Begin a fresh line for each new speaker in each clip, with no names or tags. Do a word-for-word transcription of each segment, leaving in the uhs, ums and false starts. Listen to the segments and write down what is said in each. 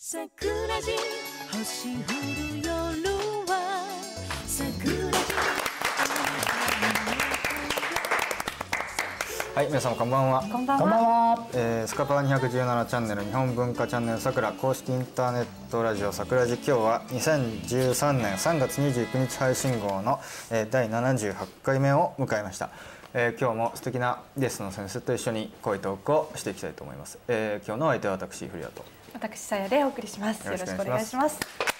桜地星降る夜は桜地。
はい、皆様こんばんは。
こんばんは。
えー、スカパーにひゃくじゅうななチャンネル日本文化チャンネルさくら公式インターネットラジオさくらじ、今日はにせんじゅうさんねんさんがつにじゅうくにち配信号の、えー、だいななじゅうはちかいめを迎えました。えー、今日も素敵なゲストの先生と一緒に声トークをしていきたいと思います。えー、今日のお相手は私古谷と
私さやでお送りします。よろしくお願いします。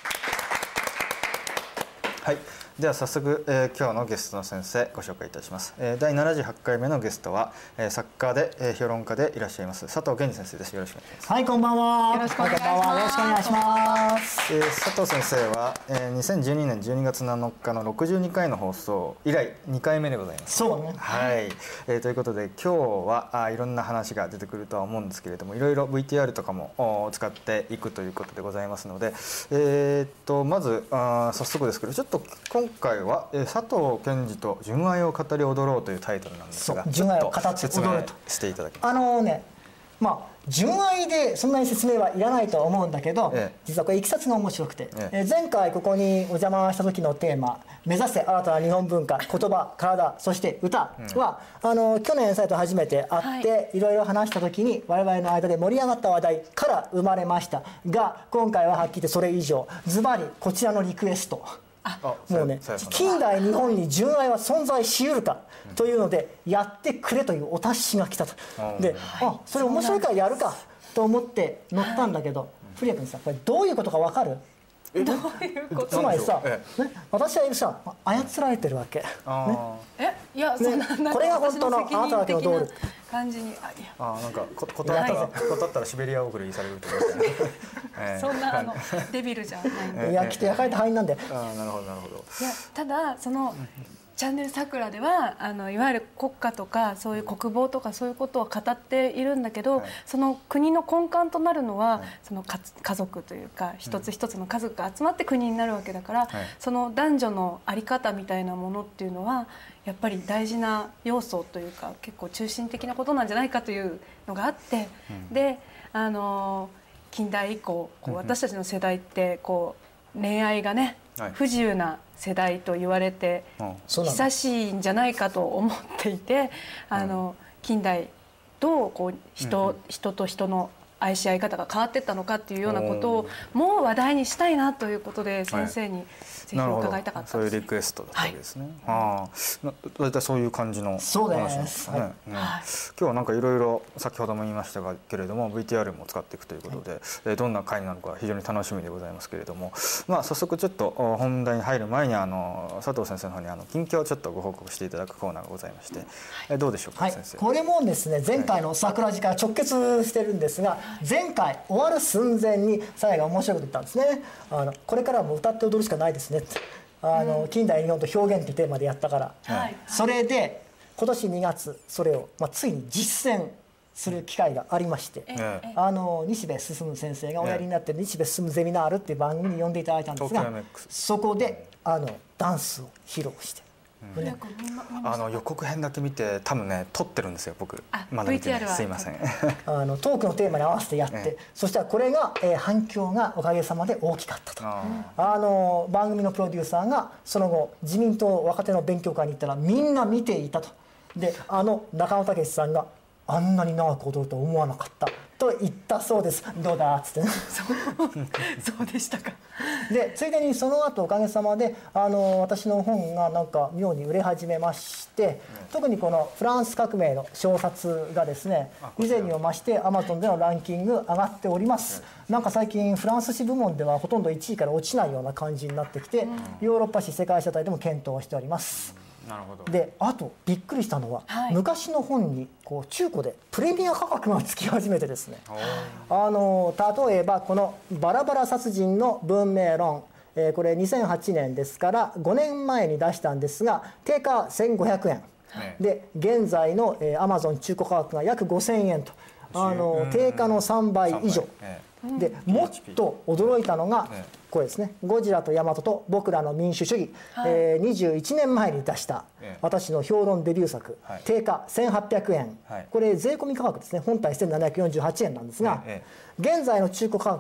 はい、では早速、えー、今日のゲストの先生ご紹介いたします。えー、だいななじゅうはちかいめのゲストは、えー、作家で、えー、評論家でいらっしゃいます佐藤健二先生です。よろしくお願いします。
はい、こんばんは。
よろしくお願いします。
よろしくお願いします。
えー、佐藤先生は、えー、にせんじゅうにねんじゅうにがつなのかのろくじゅうにかいの放送以来にかいめでございます。
そうね。
はい、えー、ということで今日はあいろんな話が出てくるとは思うんですけれども、いろいろ ブイティーアール とかも使っていくということでございますので、えー、っとまずあ早速ですけど、ちょっと今回は、えー、佐藤健二と純愛を語り踊ろうというタイトルなんですが、
純愛を語って
説明
踊ると
していただきます。
あのね、まあ純愛でそんなに説明はいらないとは思うんだけど、ええ、実はこれいきさつが面白くて、ええ、前回ここにお邪魔した時のテーマ「目指せ新たな日本文化言葉体そして歌」は、うん、あの去年サイト初めて会って、はい、いろいろ話した時に我々の間で盛り上がった話題から生まれましたが、今回ははっきり言ってそれ以上ズバリこちらのリクエスト。もうね、近代日本に純愛は存在しうるかというのでやってくれというお達しが来たと。で、あ、それ面白いからやるかと思って乗ったんだけど、古谷君さ、これどういうことか分かる？
どういうこと？
つまりさ、ね、私はさ操られてるわけ。ね、
え、いや、そんな、
これが本当のあなただけの道路。
感じに、あ、いや、
あ、なんかこ断ったら断ったらシベリア送りされるとか。
そんなあのデビルじゃないんで。
いや、来て焼かれた範囲なんで。
あ、なるほどなるほど。
いや、ただそのチャンネルさくらではあのいわゆる国家とかそういう国防とかそういうことを語っているんだけど、はい、その国の根幹となるのは、はい、そのか家族というか一つ一つの家族が集まって国になるわけだから、はい、その男女の在り方みたいなものっていうのはやっぱり大事な要素というか結構中心的なことなんじゃないかというのがあって、うん、であの近代以降こう私たちの世代ってこう恋愛がね、はい、不自由な世代と言われて久しいんじゃないかと思っていて、あの近代どうこう 人,、うん、人と人の愛し合い方が変わっていったのかっていうようなことをもう話題にしたいなということで先生にぜひ伺いたかったです。
そういうリクエストだったわけですね。はい、あ大体そういう感じの話なんですかね。はい、うん、今日はなんかいろいろ先ほども言いましたがけれども ブイティーアール も使っていくということで、はい、どんな回なのか非常に楽しみでございますけれども、まあ早速ちょっと本題に入る前にあの佐藤先生の方にあの近況をちょっとご報告していただくコーナーがございまして、はい、どうでしょうか、はい、先生。
これもですね前回の桜地から直結してるんですが、前回終わる寸前にさやが面白いこと言ったんですね。あのこれからはもう歌って踊るしかないですねって。あの、うん、近代日本と表現っていうテーマでやったから、はい、それで今年にがつそれを、まあ、ついに実践する機会がありまして、うん、あの西部進先生がおやりになってる西部進ゼミナールっていう番組に呼んでいただいたんですが、そこであのダンスを披露して。
うん、あの予告編だけ見て多分ね撮ってるんですよ僕。まだ見てない。すいません。
あのトークのテーマに合わせてやって、ええ、そしたらこれが、えー、反響がおかげさまで大きかったと。ああの番組のプロデューサーがその後自民党若手の勉強会に行ったらみんな見ていたと。であの中野武さんがあんなに長く踊ると思わなかったと言ったそうです。どうだっつってね。
そうそうでしたか。
でついでにその後おかげさまであの私の本がなんか妙に売れ始めまして、うん、特にこのフランス革命の小冊がですね以前にも増してアマゾンでのランキング上がっております。うん、なんか最近フランス史部門ではほとんどいちいから落ちないような感じになってきて、うん、ヨーロッパ史世界史あたりでも検討しております。
なるほど。
であとびっくりしたのは、はい、昔の本にこう中古でプレミア価格がつき始めてですね、あの例えばこの「バラバラ殺人の文明論」、えー、これにせんはちねんですからごねんまえに出したんですが定価せんごひゃくえん、ね、で現在の、えー、アマゾン中古価格が約ごせんえんとあの定価のさんばい以上。でもっと驚いたのがこれですね「ゴジラとヤマトと僕らの民主主義」、はい、えー、にじゅういちねんまえに出した私の評論デビュー作、はい、定価せんはっぴゃくえん、はい、これ税込み価格ですね。本体せんななひゃくよんじゅうはちえんなんですが、現在の中古価格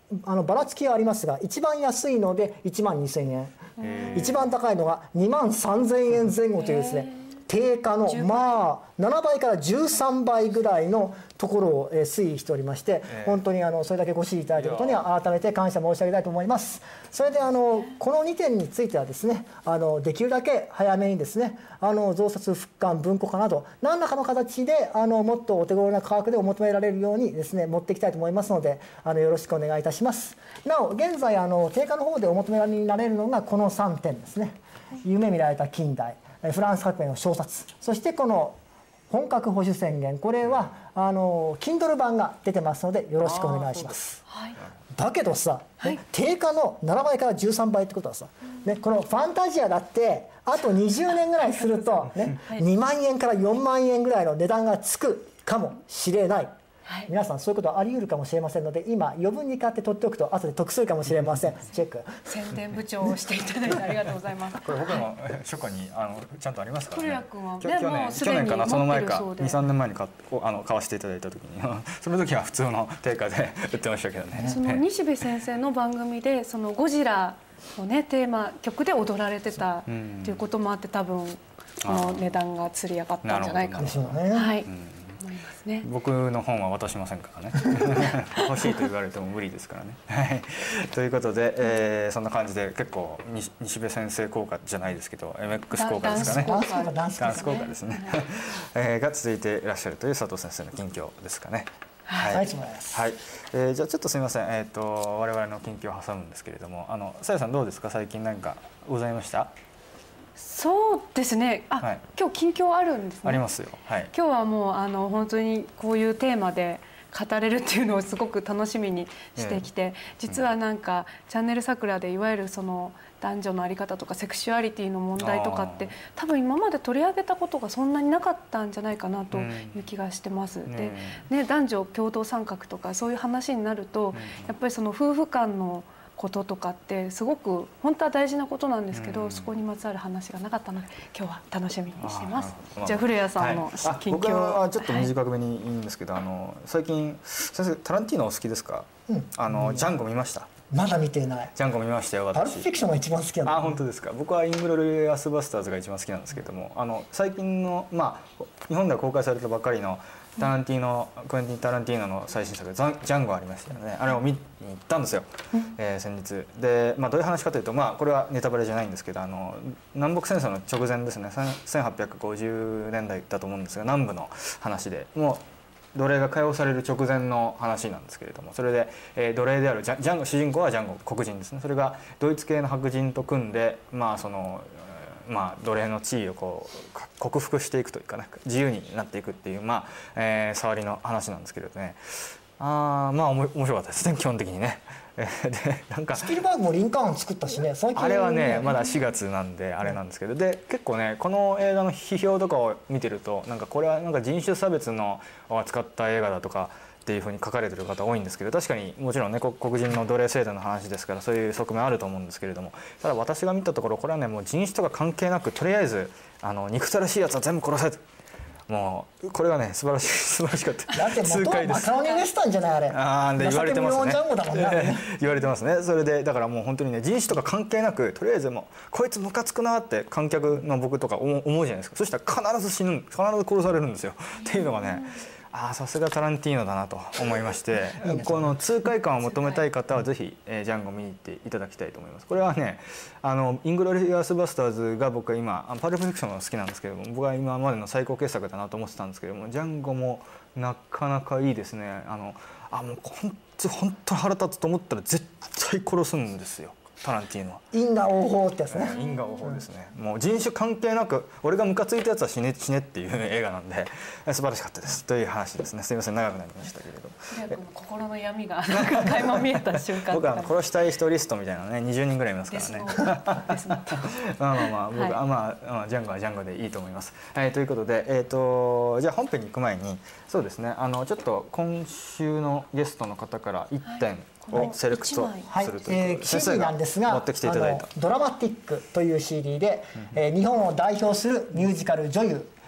あのばらつきはありますが、一番安いのでいちまんにせんえん、一番高いのがにまんさんぜんえんぜん後というですね、定価のまあななばいからじゅうさんばいぐらいのところを推移しておりまして、本当にあのそれだけご支持いただいたことには改めて感謝申し上げたいと思います。それであのこのにてんについてはですね、あのできるだけ早めにですね、あの増刷復刊文庫化など何らかの形であのもっとお手頃な価格でお求められるようにですね持っていきたいと思いますので、あのよろしくお願いいたします。なお現在あの定価の方でお求めになれるのがこのさんてんですね。夢見られた近代、フランス革命の小冊、そしてこの本格保守宣言、これはあの Kindle 版が出てますのでよろしくお願いします。はい、だけどさ、はい、定価のななばいからじゅうさんばいってことはさ、ね、このファンタジアだってあとにじゅうねんぐらいすると、ねはい、にまんえんからよんまんえんぐらいの値段がつくかもしれない。はい、皆さんそういうことはあり得るかもしれませんので、今余分に買って取っておくと後で得するかもしれません。チェック。
宣伝部長をしていただいてありがとうございます。
これ僕の書庫にあのちゃんとありますからね。
古谷君は
去年去年かな、その前かにさんねんまえに買あの買わせていただいた時にその時は普通の定価で売ってましたけどね。
その西部先生の番組でそのゴジラのねテーマ曲で踊られてたということもあって、多分この値段がつり上がったんじゃないかなと。はい。ね、
僕の本は渡しませんからね欲しいと言われても無理ですからね。はい、ということで、えー、そんな感じで結構西部先生効果じゃないですけど エムエックス 効果ですかね、ダンス効果ですね、えー、が続いていらっしゃるという佐藤先生の近況ですかね。
はい、はい
えー、じゃあちょっとすみません、えー、と我々の近況を挟むんですけれども、あのさやさんどうですか、最近何かございました？
そうですね。あ、はい、今日近況あるんですね。
ありますよ。はい。
今日はもうあの本当にこういうテーマで語れるっていうのをすごく楽しみにしてきて、えー、実はなんか、うん、チャンネル桜でいわゆるその男女の在り方とかセクシュアリティの問題とかって多分今まで取り上げたことがそんなになかったんじゃないかなという気がしてます。うん、で、ね、男女共同参画とかそういう話になると、うん、やっぱりその夫婦間のこととかってすごく本当は大事なことなんですけど、うん、そこにまつわる話がなかったので今日は楽しみにしてます。じゃあ古谷さんの近況、
はい、僕はちょっと短めにいいんですけど、はい、あの最近先生タランティーノお好きですか？うん、あの、うん、ジャンゴ見ました？
まだ見てない。
ジャンゴ見ましたよ。私
パルプフィクションが一番好きなの。
あ、本当ですか。僕はイングロリアスバスターズが一番好きなんですけれども、あの最近のまあ日本では公開されたばかりのタランティーノ、クエンティン・タランティーノの最新作ジャンゴありましたよね。あれを見に行ったんですよ、えー、先日で、まあ、どういう話かというと、まあ、これはネタバレじゃないんですけど、あの南北戦争の直前ですね、せんはっぴゃくごじゅうねんだいだと思うんですが、南部の話でもう奴隷が解放される直前の話なんですけれども、それで、えー、奴隷であるジャジャンゴ、主人公はジャンゴ、黒人ですね。それがドイツ系の白人と組んで、まあそのまあ、奴隷の地位をこう克服していくというか、ね、自由になっていくっていう、まあえー、触りの話なんですけれどね、あまあ面白かったですね、基本的にね。でなんか
スピルバーグもリンカーン作ったしね、最近
あれはねまだしがつなんであれなんですけど、で結構ねこの映画の批評とかを見てると、なんかこれはなんか人種差別のを扱った映画だとかっていうふうに書かれてる方多いんですけど、確かにもちろんね黒人の奴隷制度の話ですからそういう側面あると思うんですけれども、ただ私が見たところこれはねもう人種とか関係なく、とりあえずあの憎たらしいやつは全部殺せ、もうこれがね素晴らしい素晴らしかった。
だって元はマカロニウエスタンじゃないあれ。
ああで言われてますね。
ね
言われてますね。それでだからもう本当にね人種とか関係なく、とりあえずもうこいつムカつくなって観客の僕とか思うじゃないですか。そしたら必ず死ぬ、必ず殺されるんですよ。っていうのがね。ああさすがタランティーノだなと思いましてこの痛快感を求めたい方はぜひ、えー、ジャンゴ見に行っていただきたいと思います。これはねあのイングロリアスバスターズが僕は今パルプフィクションが好きなんですけども、僕は今までの最高傑作だなと思ってたんですけども、ジャンゴもなかなかいいですね。あのあもう本当本当腹立つと思ったら絶対殺すんですよ、タランティーノは。
因果応報ってやつね。
因果応報ですね。もう人種関係なく俺がムカついたやつは死ね死ねっていう映画なんで素晴らしかったですという話ですね。すみません長くなりましたけれど。
心の闇がなんか垣間見えた瞬間。
僕は殺したい人リストみたいなねにじゅうにんぐらいいますからね。まあまあまあ僕は、はい、まあ、まあジャンゴはジャンゴでいいと思います。はいということでえっ、ー、とじゃあ本編に行く前にそうですねあのちょっと今週のゲストの方からいってん、はいをセレクトするという、はい
えー、シーディー なんですが、
持ってきていただいた
ドラマティックという シーディー で、うんえー、日本を代表するミュージカル女優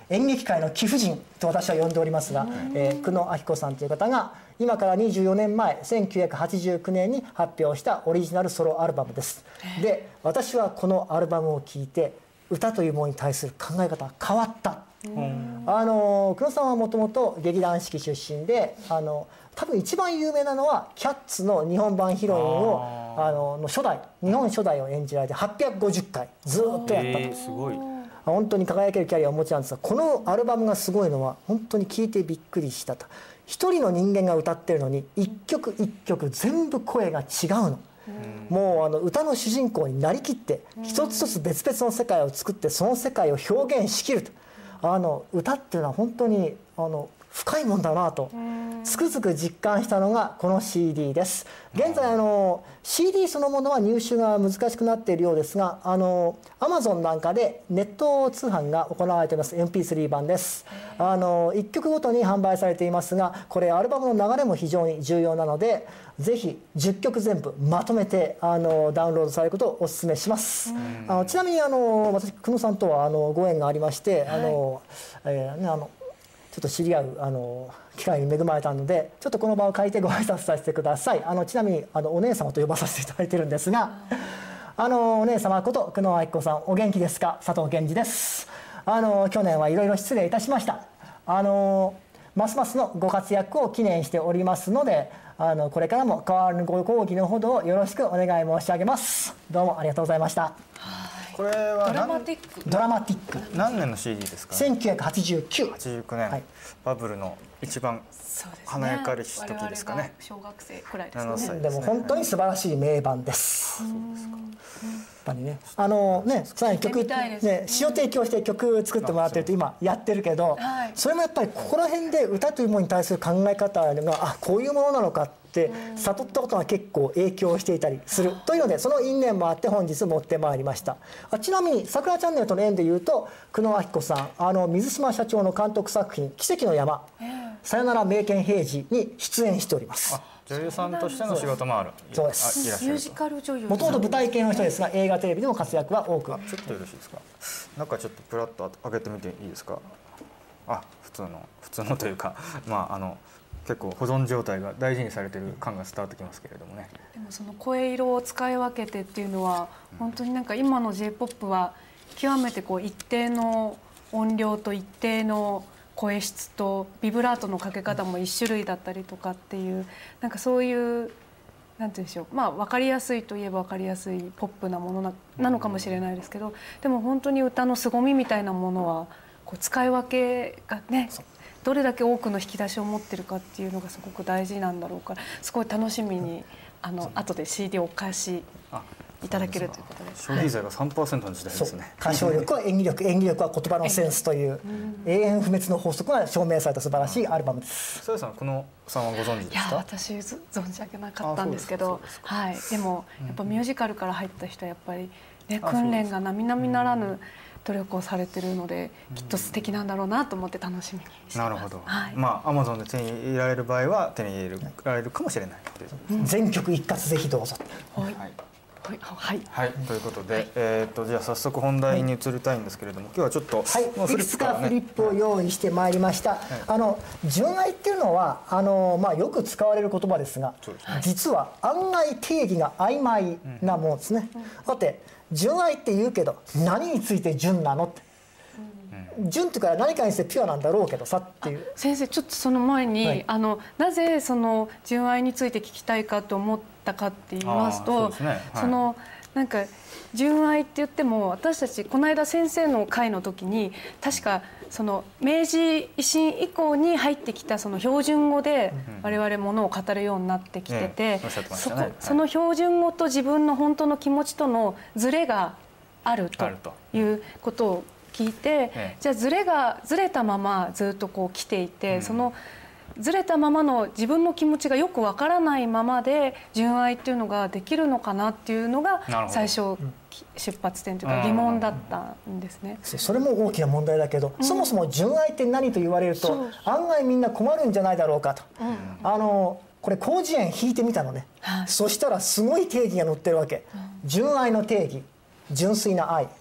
演劇界の貴婦人と私は呼んでおりますが、えー、久野明子さんという方が今からにじゅうよねんまえせんきゅうひゃくはちじゅうきゅうねんに発表したオリジナルソロアルバムです。で私はこのアルバムを聴いて歌というものに対する考え方が変わった。あの久野さんはもともと劇団四季出身で、あの多分一番有名なのはキャッツの日本版ヒロインをあのの初代日本初代を演じられてはっぴゃくごじゅっかいずっとやったと。
すごい。
本当に輝けるキャリアをお持ちなんですが、このアルバムがすごいのは本当に聴いてびっくりしたと。一人の人間が歌ってるのに一曲一曲全部声が違うの。もうあの歌の主人公になりきって一つ一つ別々の世界を作ってその世界を表現しきると。あの歌っていうのは本当にあの深いもんだなとつくづく実感したのがこの シーディー です。現在あの シーディー そのものは入手が難しくなっているようですが、あの Amazon なんかでネット通販が行われています。 エムピースリー 版です。あのいっきょくごとに販売されていますが、これアルバムの流れも非常に重要なのでぜひじゅっきょく全部まとめてあのダウンロードされることをお勧めします。あのちなみにあの私久野さんとはあのご縁がありまして、あの、えーね、あのちょっと知り合うあの機会に恵まれたので、ちょっとこの場を借りてご挨拶させてください。あのちなみにあのお姉様と呼ばさせていただいてるんですが、あのお姉様こと久野明子さんお元気ですか。佐藤健二です。あの去年はいろいろ失礼いたしました。あのますますのご活躍を記念しておりますので、あのこれからも変わらぬご講義のほどをよろしくお願い申し上げます。どうもありがとうございました。
これは
ドラマティック
ドラマティック
何年の シーディー ですか。
せんきゅうひゃくはちじゅうきゅう。
はちじゅうきゅうねん、はい、バブルの一番華やかりし時ですかね。
小学生くらいですね。
でも本当に素晴らしい名盤です。そうですか。やっぱりね、あのね、さらに曲ね、詩を提供して曲作ってもらってると今やってるけど、それもやっぱりここら辺で歌というものに対する考え方があこういうものなのかって悟ったことが結構影響していたりするというので、その因縁もあって本日持ってまいりました。あちなみに桜チャンネルとの縁でいうと久野明子さん、あの水島社長の監督作品「奇跡の山」「さよなら名犬平次」に出演しております。
女優さんとしての仕事もある。
そうです。
ミュージカル女優。
もともと舞台系の人ですが、映画テレビでも活躍は多く。
ちょっとよろしいですか。中ちょっとプラッと開けてみていいですか。あ、普通の普通のというか、まああの結構保存状態が大事にされている感が伝わってきますけれどもね。
でもその声色を使い分けてっていうのは本当になんか今の ジェイポップ は極めてこう一定の音量と一定の声質とビブラートのかけ方も一種類だったりとかっていう、なんかそういうなんて言うんでしょう、まあ分かりやすいといえば分かりやすいポップなもの な, なのかもしれないですけど、でも本当に歌の凄みみたいなものはこう使い分けがね、どれだけ多くの引き出しを持ってるかっていうのがすごく大事なんだろうから、すごい楽しみにあの後で シーディー をお貸しいただけるということです。
消費税が さんパーセント の時代ですね。
歌唱力は演技力、演技力は言葉のセンスという永遠不滅の法則が証明された素晴らしいアルバムです。
さやさん、このさんはご存知ですか。いや
私存じ上げなかったんですけど、はい、でもやっぱミュージカルから入った人はやっぱりね、訓練が並々ならぬ努力をされてるので、きっと素敵なんだろうなと思って楽しみにしてます。
なるほど。
はい、
まあ Amazon で手に入れられる場合は手に入れられるかもしれない。
全曲一括ぜひどうぞ。
はい。はい、
はい、ということで、はい、えっとじゃあ早速本題に移りたいんですけれども、はい、今日はちょっと、
はい、いくつかフリップを用意してまいりました。はい、あの純愛っていうのはあの、まあ、よく使われる言葉ですが、すね、実は案外定義が曖昧なものですね。うん、だって純愛って言うけど何について純なのって。純っていうから何かにしてピュアなんだろうけどさっていう。
先生ちょっとその前に、はい、あのなぜその純愛について聞きたいかと思ったかって言いますと、そ, す、ねはい、そのなんか純愛って言っても私たちこの間先生の会の時に確かその明治維新以降に入ってきたその標準語で我々ものを語るようになってきてて、そこその標準語と自分の本当の気持ちとのズレがあるということを聞いて、じゃあズレがずれたままずっとこう来ていて、そのずれたままの自分の気持ちがよくわからないままで純愛っていうのができるのかなっていうのが最初出発点というか疑問だったんですね。
それも大きな問題だけど、うん、そもそも純愛って何と言われると案外みんな困るんじゃないだろうかと、うん、あのこれ広辞苑引いてみたのね、はい、そしたらすごい定義が載ってるわけ、うん、純愛の定義、純粋な愛、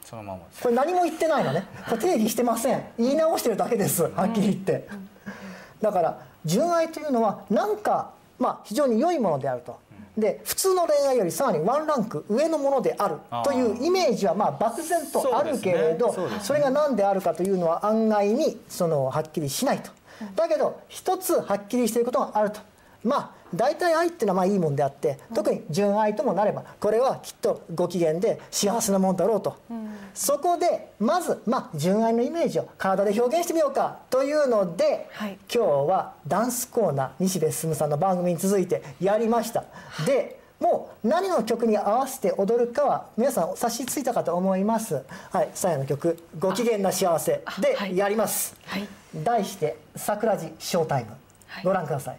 そのままです。
これ何も言ってないのね。これ定義してません。言い直してるだけです。はっきり言って。だから純愛というのは何か、まあ、非常に良いものであると。で普通の恋愛よりさらにワンランク上のものであるというイメージはまあ漠然とあるけれど、そ,、ね、それが何であるかというのは案外にそのはっきりしないと。だけど一つはっきりしていることがあると。まあ大体愛っていうのはまあいいもんであって、特に純愛ともなればこれはきっとご機嫌で幸せなもんだろうと、うん、そこでまず、まあ、純愛のイメージを体で表現してみようかというので、はい、今日はダンスコーナー西部進さんの番組に続いてやりました。でもう何の曲に合わせて踊るかは皆さん察しついたかと思います。はい、さやの曲「ご機嫌な幸せ」でやります。はいはい、題して「桜地ショータイム」ご覧ください。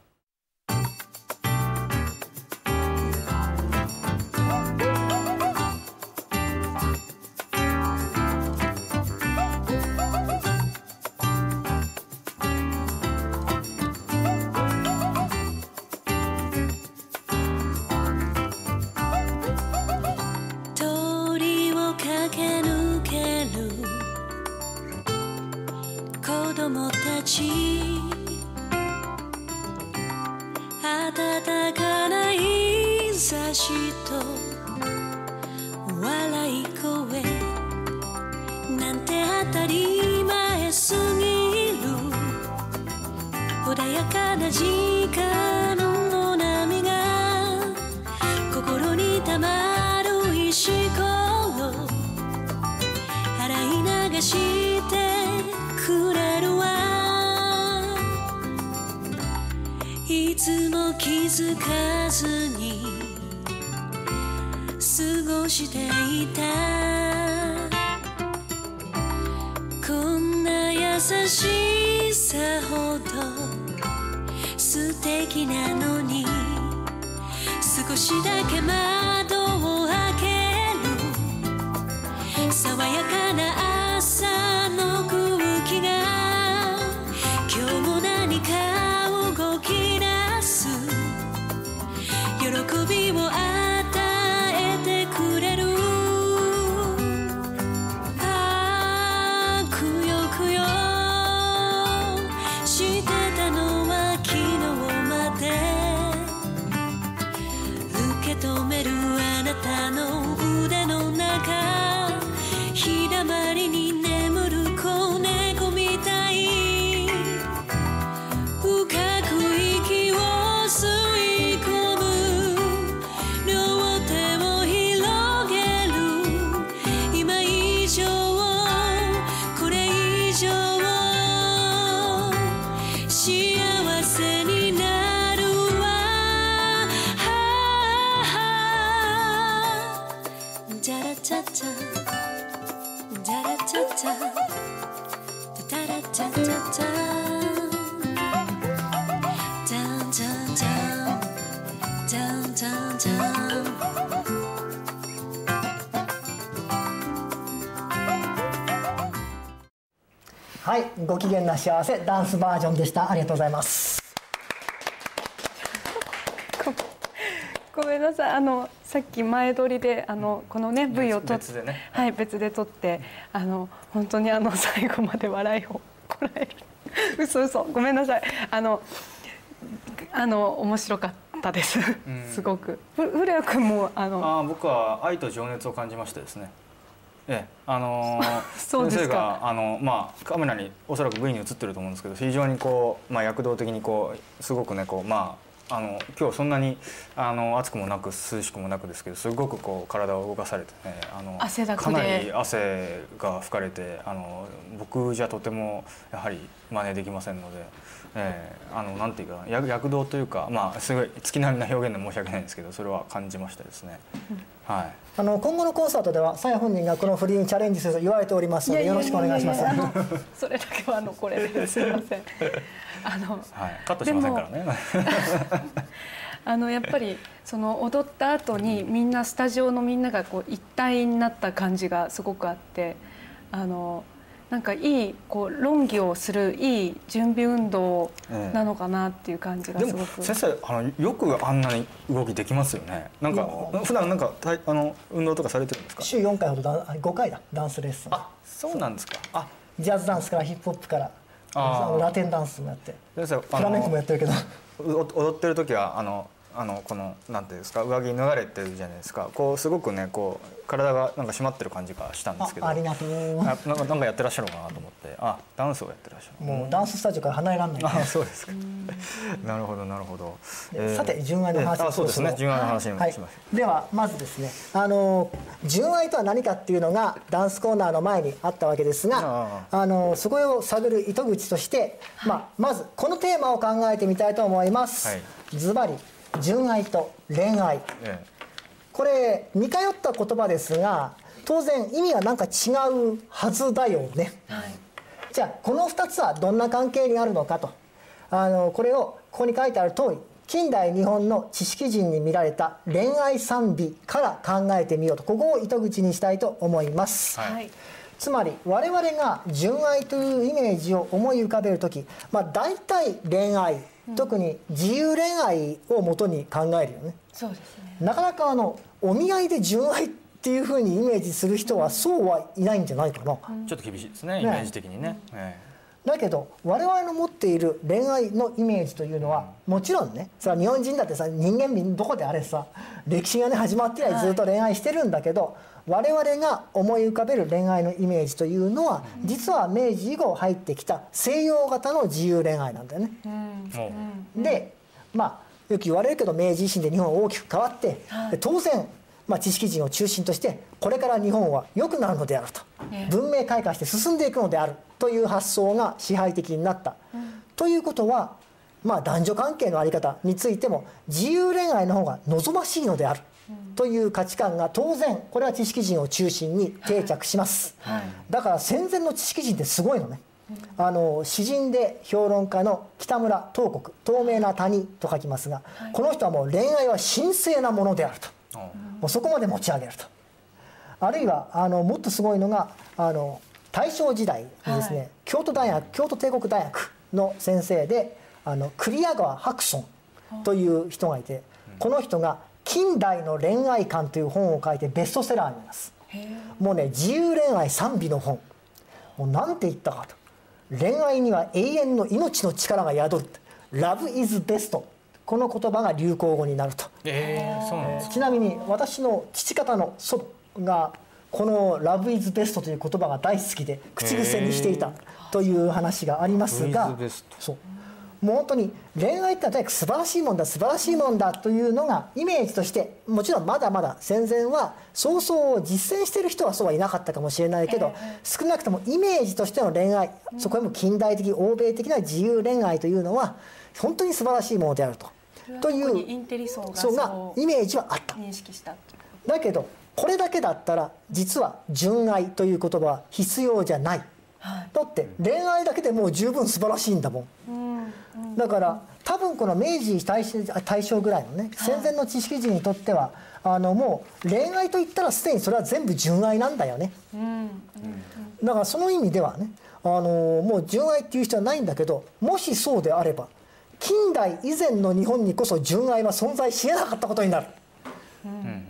暖かな日差しと笑い声なんて当たり前すぎる穏やかな時間の波が心にたまる石ころ洗い流してくれるわいつも気づかずに過ごしていたこんな優しさほど素敵なのに少しだけ窓を開ける爽やかな朝の空気が今日も何か動き出す喜びを与えてくれるああくよくよしてたのは昨日まで受け止めるあなたの腕の中日だまりに眠る子猫みたい深く息を吸い込む両手を広げる今以上これ以上幸せになるわジャラチャチャジャラチャチャタタラチャチャチャじゃんじゃんじゃんじゃんじゃんじゃん
はい、ご機嫌な幸せダンスバージョンでした。ありがとうございます。
ごめんなさい、あのさっき前撮りであのこのね V を撮って別でね、はい、別で撮ってあの本当にあの最後まで笑いをこらえる嘘嘘ごめんなさい、あのあの面白かったです、うん、すごく。古谷君もあの
あ僕は愛と情熱を感じましてですね。ええ、あの先生があの、まあ、カメラにおそらく V に映ってると思うんですけど非常にこう、まあ、躍動的にこうすごくねこう、まあ、あの今日そんなにあの暑くもなく涼しくもなくですけどすごくこう体を動かされてねあの
汗だくで
かなり汗が吹かれてあの僕じゃとてもやはり真似できませんので、えー、あのなんていうか躍動というか、まあ、すごい月並みな表現で申し訳ないんですけどそれは感じましたですね。うんはい、
あの今後のコンサートではさや本人がこの振りにチャレンジすると言われておりますのでよろしくお願いします。
それだけはあのこれですみません。あの、
はい、カットしませんからね。
あのやっぱりその踊った後にみんなスタジオのみんながこう一体になった感じがすごくあってあのなんかいいこう論議をするいい準備運動なのかなっていう感じがすごく、
でも先生あのよくあんなに動きできますよね。なんか普段なんかあの運動とかされてるんですか？
週よんかいほどだごかいだダンスレッスン。
あ、そうなんですか。あ、
ジャズダンスからヒップホップからあラテンダンスもやってフラメンコもやってるけど
踊ってる時はあのあのこのなんていうんですか上着脱がれてるじゃないですか。こうすごくねこう体がなんか締まってる感じがしたんですけど。
あ, ありがとう。
なんかなんかやってらっしゃるのかなと思って、あダンスをやってらっしゃる。
もうダンススタジオから離れられない、ね。
あそうですか。なるほどなるほど。
えー、さて純愛の話を、
あそうですね純愛の話にもしましょう、
はい、ではまずですねあの純愛とは何かっていうのがダンスコーナーの前にあったわけですが、あのそこを探る糸口として、まあ、まずこのテーマを考えてみたいと思います。ズバリ純愛と恋愛、ええ、これ似通った言葉ですが当然意味はなんか違うはずだよね、はい、じゃあこのふたつはどんな関係にあるのかと、あのこれをここに書いてある通り近代日本の知識人に見られた恋愛賛美から考えてみようと、ここを糸口にしたいと思います、はい、つまり我々が純愛というイメージを思い浮かべるとき、まあ、大体恋愛、特に自由恋愛をもとに考えるよね。
そうですね。
なかなかあのお見合いで純愛っていうふうにイメージする人はそうはいないんじゃないかな、
うん、ちょっと厳しいですねイメージ的にね、うんえ
え、だけど我々の持っている恋愛のイメージというのは、うん、もちろんねそれは日本人だってさ人間民どこであれさ歴史がね始まって以来ずっと恋愛してるんだけど、はい、我々が思い浮かべる恋愛のイメージというのは、うん、実は明治以後入ってきた西洋型の自由恋愛なんだよね、うん、でまあよく言われるけど明治維新で日本は大きく変わって、はい、当然まあ、知識人を中心としてこれから日本は良くなるのであると、文明開化して進んでいくのであるという発想が支配的になった、うん、ということは、まあ、男女関係の在り方についても自由恋愛の方が望ましいのである、うん、という価値観が当然これは知識人を中心に定着します、はい、だから戦前の知識人ってすごいのね、うん、あの詩人で評論家の北村東国透明な谷と書きますが、はい、この人はもう恋愛は神聖なものであると、もうそこまで持ち上げると。あるいはあのもっとすごいのがあの大正時代にですね、はい、京都大学京都帝国大学の先生であの栗屋川白村という人がいて、うん、この人が「近代の恋愛観」という本を書いてベストセラーになります。もうね自由恋愛賛美の本、もうなんて言ったかと、恋愛には永遠の命の力が宿る Love is best、この言葉が流行語になると、えーそうなんです。ちなみに私の父方の祖母がこの Love is best という言葉が大好きで口癖にしていたという話がありますが、そうもう本当に恋愛ってのはとにかく素晴らしいもんだ素晴らしいもんだというのがイメージとして、もちろんまだまだ戦前はそうそう実践している人はそうはいなかったかもしれないけど、少なくともイメージとしての恋愛、そこへも近代的欧米的な自由恋愛というのは本当に素晴らしいものであるとという
インテリ層が
そうがイメージはあった。
認識した
だけどこれだけだったら実は純愛という言葉は必要じゃない、はい、だって恋愛だけでもう十分素晴らしいんだもん、うんうん、だから多分この明治大正、大正ぐらいのね戦前の知識人にとっては、はい、あのもう恋愛といったらすでにそれは全部純愛なんだよね、うんうんうん、だからその意味ではねあのもう純愛っていう人はないんだけど、もしそうであれば近代以前の日本にこそ純愛は存在しえなかったことになる、うん、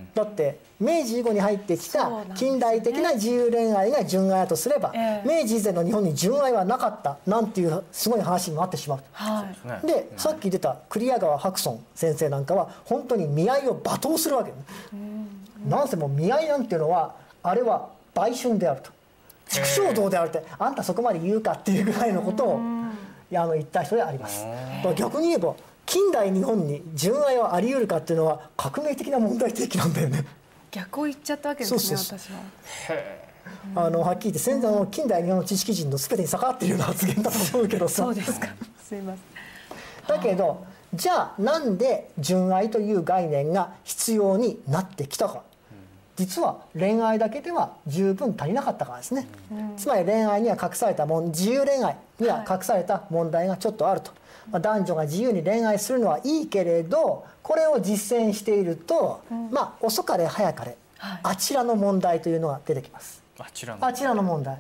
だって明治以後に入ってきた近代的な自由恋愛が純愛だとすれば、ね、明治以前の日本に純愛はなかったなんていうすごい話になってしまう、はい、で、うん、さっき出た栗屋川白村先生なんかは本当に見合いを罵倒するわけ、ね、うん、なんせもう見合いなんていうのはあれは売春であると、畜生道であるって、あんたそこまで言うかっていうぐらいのことを、うんあの言った人であります。逆に言えば近代日本に純愛はあり得るかっていうのは革命的な問題提起なんだよね。
逆を言っちゃったわけですね。そうそうそう、
私はあのはっきり言って戦前の近代日本の知識人の全てに逆らっているような発言だと思うけどさ
そうですかすいま
せん。だけどじゃあなんで純愛という概念が必要になってきたか、実は恋愛だけでは十分足りなかったからですね、うん、つまり恋愛には隠されたもん自由恋愛には隠された問題がちょっとあると、はい、まあ、男女が自由に恋愛するのはいいけれどこれを実践していると、うん、まあ遅かれ早かれ、はい、あちらの問題というのが出てきます。
あちらの
あちらの問題、はい、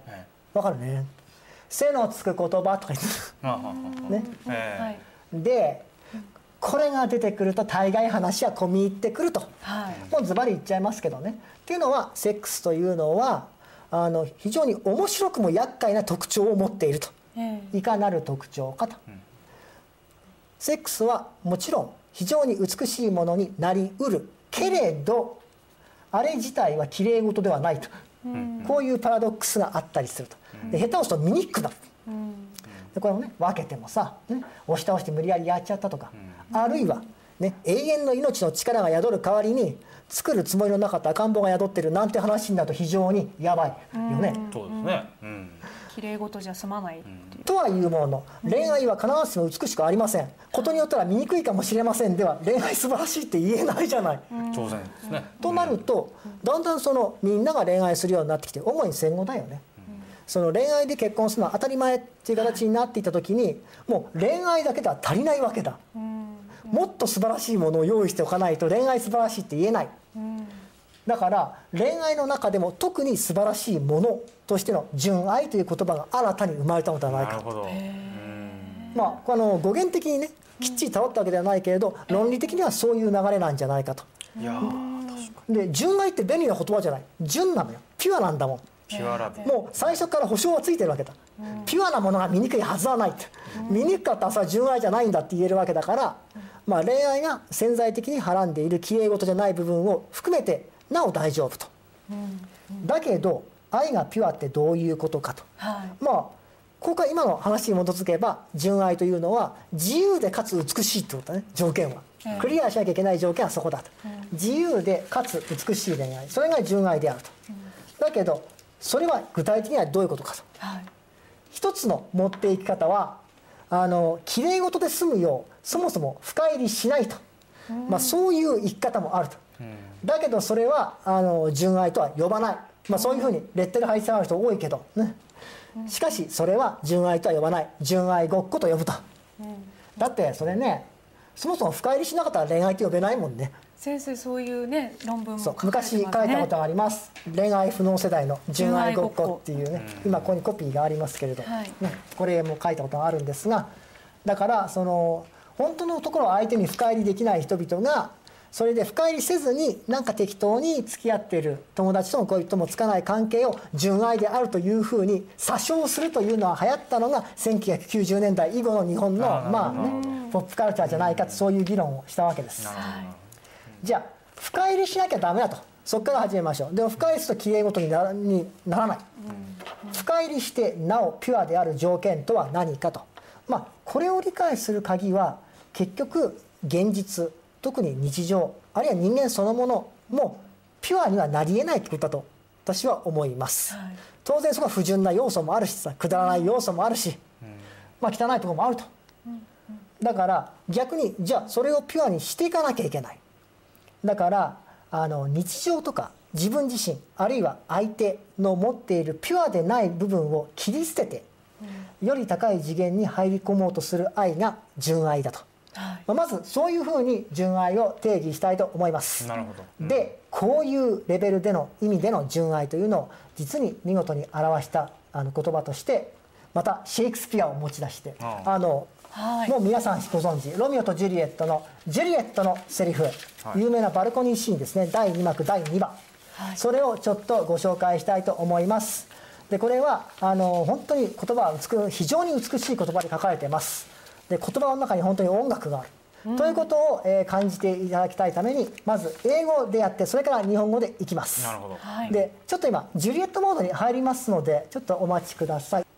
わかるね。背のつく言葉とか言ってね、えー、でこれが出てくると大概話は込み入ってくると、はい、もうズバリ言っちゃいますけどね。っていうのはセックスというのはあの非常に面白くも厄介な特徴を持っていると、えー、いかなる特徴かと、うん、セックスはもちろん非常に美しいものになりうるけれど、あれ自体はきれい事ではないと、うん、こういうパラドックスがあったりすると。で下手をすると醜くなる、うん、でこれをね分けてもさ、ね、押し倒して無理やりやっちゃったとか、うん、あるいは、ね、永遠の命の力が宿る代わりに作るつもりのなかった赤ん坊が宿ってるなんて話になると非常にやばいよね。
そうですね、うん、
綺麗事じゃ済まないっていう、
とはいうものの恋愛は必ずしも美しくありません。ことによったら醜いかもしれませんでは恋愛素晴らしいって言えないじゃない。
当然ですね。
となるとだんだんそのみんなが恋愛するようになってきて、主に戦後だよね。その恋愛で結婚するのは当たり前っていう形になっていた時に、もう恋愛だけでは足りないわけだ。もっと素晴らしいものを用意しておかないと恋愛素晴らしいって言えない。だから恋愛の中でも特に素晴らしいものとしての純愛という言葉が新たに生まれたのではないかと。なるほど。まああの語源的にねきっちりたどったわけではないけれど、論理的にはそういう流れなんじゃないかと。いや確かに。で純愛って便利な言葉じゃない。純なのよ。ピュアなんだもん。ピュアラブ。もう最初から保証はついてるわけだ。ピュアなものが醜いはずはないって。醜かったらそれは純愛じゃないんだって言えるわけだから、まあ、恋愛が潜在的にはらんでいるきれい事じゃない部分を含めてなお大丈夫と。だけど愛がピュアってどういうことかと。はい、まあここから今の話に基づけば純愛というのは自由でかつ美しいってことだね。条件はクリアしなきゃいけない条件はそこだと。自由でかつ美しい恋愛、それが純愛であると。だけどそれは具体的にはどういうことかと。はい、一つの持っていき方はあのきれい事で済むようそもそも深入りしないと、まあ、そういう生き方もあると。だけどそれはあの純愛とは呼ばない、まあ、そういうふうにレッテル貼り下がる人多いけどね。しかしそれは純愛とは呼ばない、純愛ごっこと呼ぶと。だってそれねそもそも深入りしなかったら恋愛って呼べないもんね。
先生そういうね論文も書かれてます
ね。昔書いたことがあります。恋愛不能世代の純愛ごっこっていうね、今ここにコピーがありますけれど、はい、ね、これも書いたことがあるんですが、だからその本当のところは相手に深入りできない人々がそれで深入りせずになんか適当に付き合っている友達とも恋人もつかない関係を純愛であるというふうに詐称するというのは流行ったのがせんきゅうひゃくきゅうじゅうねんだい以後の日本のまあねポップカルチャーじゃないかと、そういう議論をしたわけです。じゃあ深入りしなきゃダメだと、そこから始めましょう。でも深入りするときれい事になら、にならない。深入りしてなおピュアである条件とは何かと。まあこれを理解する鍵は結局現実、特に日常あるいは人間そのものもピュアにはなり得ないってことだと私は思います。はい、当然そこは不純な要素もあるしさ、くだらない要素もあるし、うん、まあ汚いところもあると。だから逆にじゃあそれをピュアにしていかなきゃいけない。だからあの日常とか自分自身あるいは相手の持っているピュアでない部分を切り捨てて、うん、より高い次元に入り込もうとする愛が純愛だと。はい、まずそういうふうに純愛を定義したいと思います。なるほど。うん、でこういうレベルでの意味での純愛というのを実に見事に表したあの言葉としてまたシェイクスピアを持ち出して、ああのはい、もう皆さんご存知ロミオとジュリエットのジュリエットのセリフ、はい、有名なバルコニーシーンですね、だいにまくだいにばん、はい、それをちょっとご紹介したいと思います。でこれはあの本当に言葉は美非常に美しい言葉で書かれています。で言葉の中に本当に音楽がある、うん、ということを、えー、感じていただきたいためにまず英語でやってそれから日本語でいきます。なるほど。でちょっと今ジュリエットモードに入りますのでちょっとお待ちください。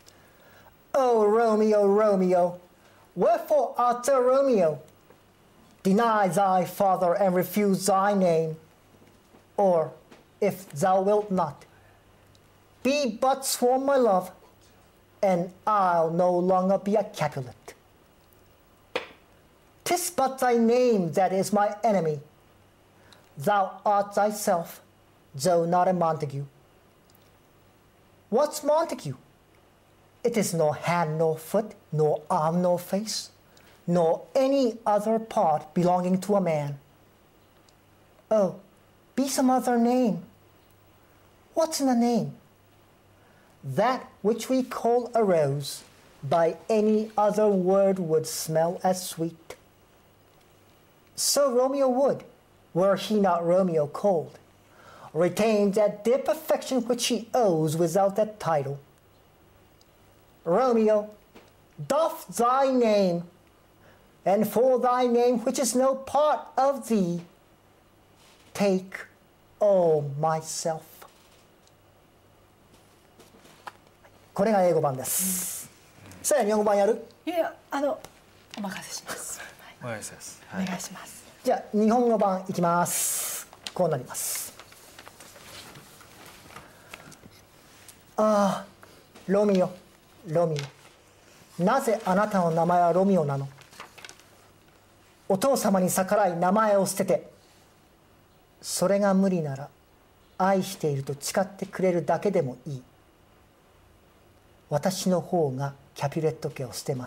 Oh Romeo Romeo Wherefore art thou Romeo? Deny thy father and refuse thy name. Or, if thou wilt not, be but sworn my love, and I'll no longer be a Capulet. 'Tis but thy name that is my enemy. Thou art thyself, though not a Montague. What's Montague?It is no hand, nor foot, nor arm, nor face, nor any other part belonging to a man. Oh, be some other name. What's in a name? That which we call a rose by any other word would smell as sweet. So Romeo would, were he not Romeo cold, retain that dear perfection which he owes without that title. Romeo, doff thy name, and for thy name which is no part of thee, take all myself. これが英語版です。さあ日本語版やる？
いやあのお任せします。
お願いします。
お願いします。
じゃあ日本語版いきます。こうなります。ああ、ロミオ、ロミオ。なぜあなたの名前はロミオなの？お父様に逆らい名前を捨てて、それが無理なら愛していると誓ってくれるだけでもいい。私の方がキャピュレット家を捨てます。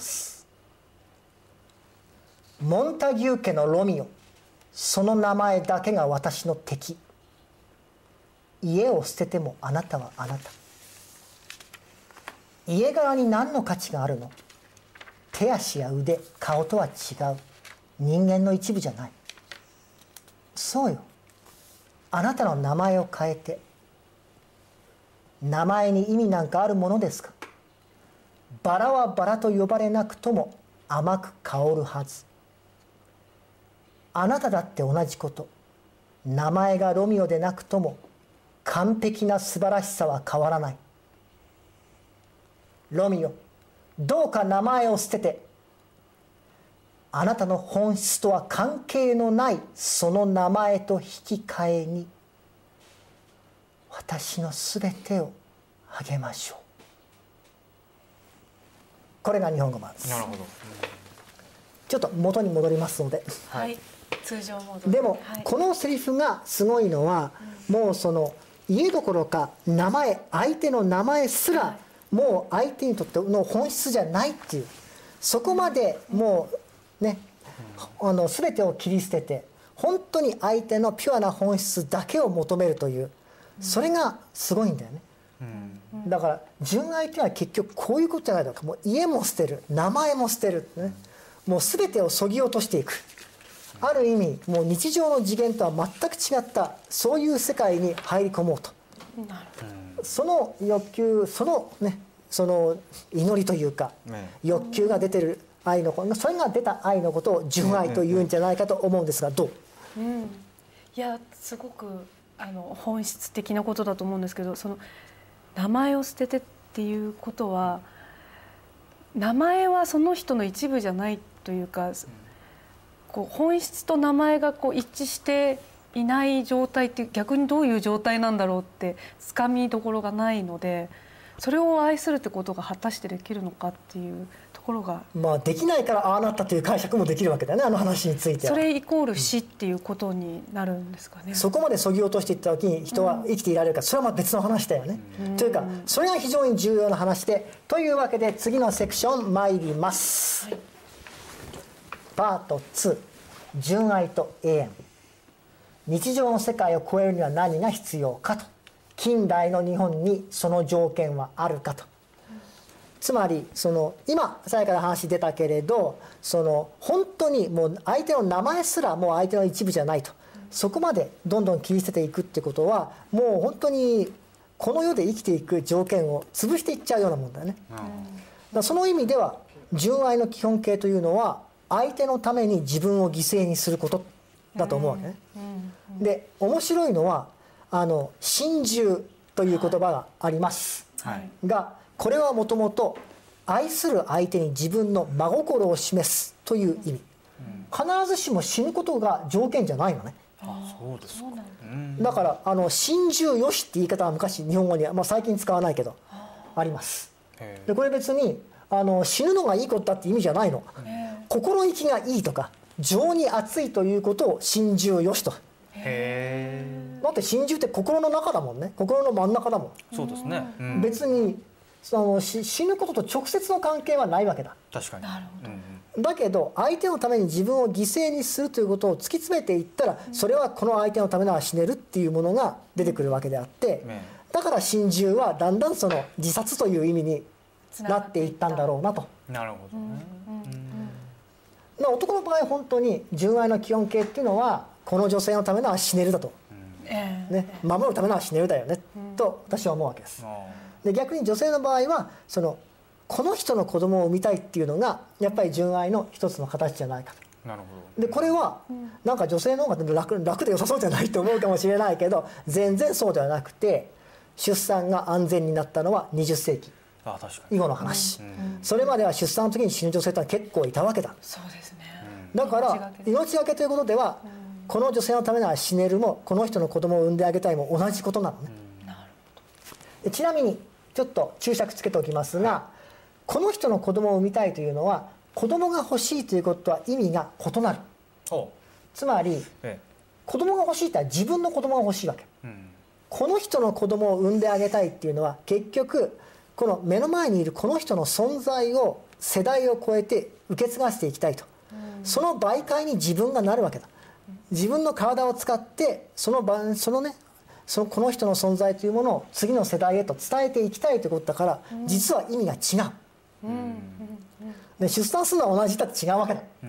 モンタギュー家のロミオ、その名前だけが私の敵。家を捨ててもあなたはあなた。家柄に何の価値があるの？手足や腕、顔とは違う。人間の一部じゃない。そうよ。あなたの名前を変えて。名前に意味なんかあるものですか？バラはバラと呼ばれなくとも甘く香るはず。あなただって同じこと。名前がロミオでなくとも完璧な素晴らしさは変わらない。ロミオ、どうか名前を捨てて、あなたの本質とは関係のないその名前と引き換えに私のすべてをあげましょう。これが日本語版です。
なるほど。
ちょっと元に戻りますので、
はい、通常モード
でも、
はい、
このセリフがすごいのは、うん、もうその家どころか名前、相手の名前すら、はい、もう相手にとっての本質じゃないっていう、そこまでもうね、うん、あの全てを切り捨てて本当に相手のピュアな本質だけを求めるという、それがすごいんだよね。うん、だから純愛っていうのは結局こういうことじゃないのか。もう家も捨てる、名前も捨てる、ね、もう全てをそぎ落としていく。ある意味もう日常の次元とは全く違ったそういう世界に入り込もうと。なるほど。その欲求、そのね、その祈りというか、ね、欲求が出てる愛のこと、それが出た愛のことを純愛というんじゃないかと思うんですが、どう？
うん、いやすごくあの本質的なことだと思うんですけど、その名前を捨ててっていうことは、名前はその人の一部じゃないというか、こう本質と名前がこう一致していない状態って逆にどういう状態なんだろうってつかみどころがないので、それを愛するってことが果たしてできるのかっていうところが、
まあできないからああなったという解釈もできるわけだよね、あの話については。
それイコール死っていうことになるんですかね。うん、
そこまでそぎ落としていった時に人は生きていられるか、それはまあ別の話だよね。うん、というかそれが非常に重要な話で、というわけで次のセクション参ります。はい、パートツー、純愛と永遠。日常の世界を超えるには何が必要かと。近代の日本にその条件はあるかと。つまりその今さやかな話出たけれど、その本当にもう相手の名前すらもう相手の一部じゃないと、そこまでどんどん切り捨てていくってことは、もう本当にこの世で生きていく条件を潰していっちゃうようなもんだよね。うん、だからその意味では純愛の基本形というのは相手のために自分を犠牲にすることだと思うわけね。うんうん、で面白いのはあの心中という言葉があります、はい、がこれはもともと愛する相手に自分の真心を示すという意味、うん、必ずしも死ぬことが条件じゃないのね。
あ、そうですか。
だからあの心中よしって言い方は昔日本語には、まあ、最近使わないけどあります。でこれ別にあの死ぬのがいいことだって意味じゃないの。心意気がいいとか情に熱いということを心中よしと。へー。だって心中って心の中だもんね。心の真ん中だもん。
そうですね。うん、
別にその死ぬことと直接の関係はないわけだ。
確かに。
なるほど。うん
だけど相手のために自分を犠牲にするということを突き詰めていったら、それはこの相手のためなら死ねるっていうものが出てくるわけであって、 だから心中はだんだんその自殺という意味になっていったんだろうなと。
なるほどね。
うん、男の場合本当に純愛の基本形っていうのはこの女性のためなら死ねるだと、うんね、守るためなら死ねるだよね、うん、と私は思うわけです。で逆に女性の場合はそのこの人の子供を産みたいっていうのがやっぱり純愛の一つの形じゃないかと。
なるほど。
でこれはなんか女性の方が 楽, 楽で良さそうじゃないと思うかもしれないけど全然そうではなくて、出産が安全になったのはにじゅっせいき以後の話、うんうん、それまでは出産の時に死ぬ女性とは結構いたわけだ。
そうですね。
だから命がけということでは、うん、この女性のためなら死ねるもこの人の子供を産んであげたいも同じことなのね、うん、なるほど。ちなみにちょっと注釈つけておきますが、はい、この人の子供を産みたいというのは子供が欲しいということは意味が異なる。つまり、ええ、子供が欲しいとは自分の子供が欲しいわけ、うん、この人の子供を産んであげたいっていうのは結局この目の前にいるこの人の存在を世代を超えて受け継がせていきたいと、うん、その媒介に自分がなるわけだ。自分の体を使ってその場そのねそのこの人の存在というものを次の世代へと伝えていきたいということだから、うん、実は意味が違う、うん、で出産するのは同じだって違うわけだ、うん、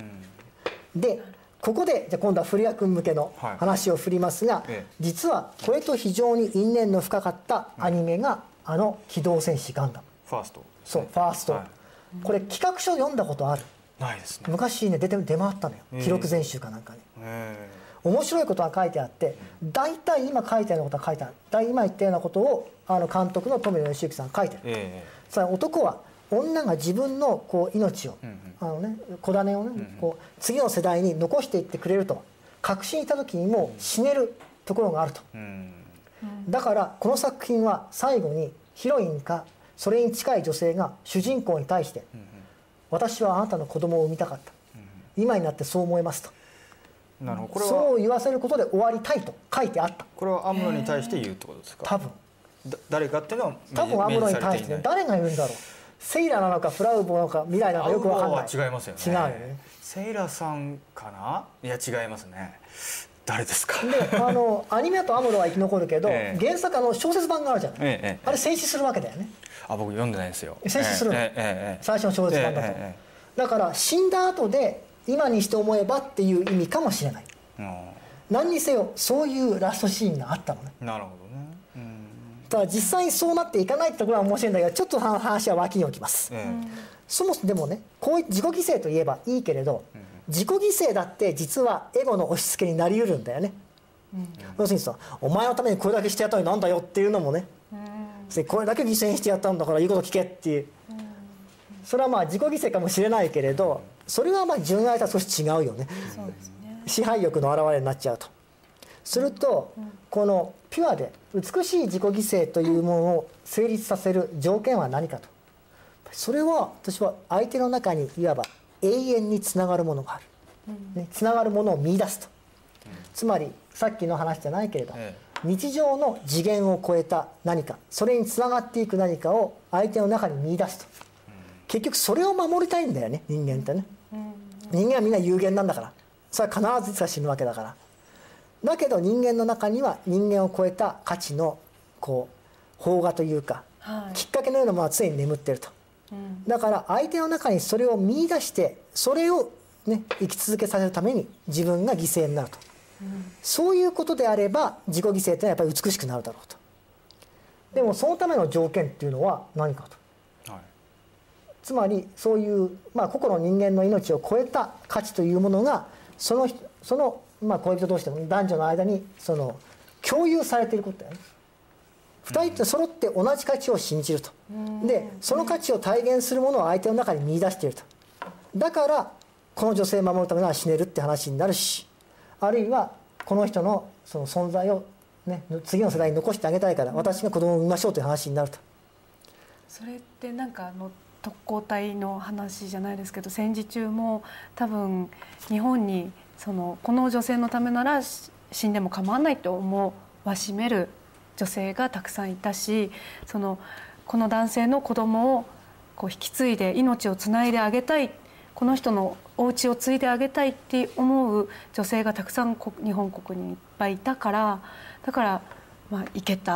でここでじゃあ今度は古谷君向けの話を振りますが、はい、実はこれと非常に因縁の深かったアニメが、うん、あの機動戦士ガンダム
ファースト、
そうファースト、はい、これ企画書読んだことある？
ないですね。
昔ね出て出回ったのよ、記録全集かなんかに、えー、面白いことが書いてあって大体今書いてあることが書いてある、今言ったようなことをあの監督の富野義行さんが書いてる、えー、それは男は女が自分のこう命を、うんうん、あのね、子種をね、うんうん、こう次の世代に残していってくれると確信した時にもう死ねるところがあると、うん、だからこの作品は最後にヒロインかそれに近い女性が主人公に対して、うんうん、私はあなたの子供を産みたかった、うん、今になってそう思いますと、なるほど、これはそう言わせることで終わりたいと書いてあった。
これはアムロに対して言うってことですか？
多分
だ誰かっていうのは
多分アムロに対して、ね、誰が言うんだろう。セイラなのかフラウボなのか未来なのかよく分かんない。
アウボは違いますよね。
違うよね。
セイラさんかな。いや違いますね。誰ですか。
であのアニメだとアムロは生き残るけど、ええ、原作の小説版があるじゃん、ええ、あれ戦死するわけだよね。
あ、僕読んでないですよ。
戦死するの、ええ、最初の小説版だと、ええ、だから死んだ後で今にして思えばっていう意味かもしれない、うん、何にせよそういうラストシーンがあったのね。
なるほどね、うん、
ただ実際にそうなっていかないってところは面白いんだけどちょっと話は脇に置きます、うん、そもそもでもねこういう自己犠牲といえばいいけれど、うん、自己犠牲だって実はエゴの押し付けになりうるんだよね、うん、要するにさお前のためにこれだけしてやったのになんだよっていうのもね、うん、これだけ犠牲にしてやったんだから言うこと聞けっていう、うん、それはまあ自己犠牲かもしれないけれどそれはまあ純愛とは少し違うよね、そうですね、支配欲の表れになっちゃうとすると、うん、このピュアで美しい自己犠牲というものを成立させる条件は何かと、それは私は相手の中にいわば永遠につながるものがある、うんね、つながるものを見出すと、うん、つまりさっきの話じゃないけれど、ええ、日常の次元を超えた何かそれにつながっていく何かを相手の中に見出すと、うん、結局それを守りたいんだよね人間ってね、うん、人間はみんな有限なんだからそれは必ずいつか死ぬわけだから。だけど人間の中には人間を超えた価値のこう邦画というか、はい、きっかけのようなものは常に眠っていると、うん、だから相手の中にそれを見出してそれを、ね、生き続けさせるために自分が犠牲になると、うん、そういうことであれば自己犠牲というのはやっぱり美しくなるだろうと。でもそのための条件っていうのは何かと、はい、つまりそういう、まあ、個々の人間の命を超えた価値というものがそのそのまあ、恋人同士でも男女の間にその共有されていることだよね。ふたりって揃って同じ価値を信じると。でその価値を体現するものを相手の中に見出していると。だからこの女性を守るためには死ねるって話になるし、あるいはこの人のその存在を、ね、次の世代に残してあげたいから私が子供を産みましょうという話になると。
それってなんかあの特攻隊の話じゃないですけど戦時中も多分日本にそのこの女性のためなら死んでも構わないと思わしめる女性がたくさんいたし、そのこの男性の子供をこう引き継いで命をつないであげたい、この人のお家を継いであげたいって思う女性がたくさん日本国にいっぱいいたから、だからまあ生けた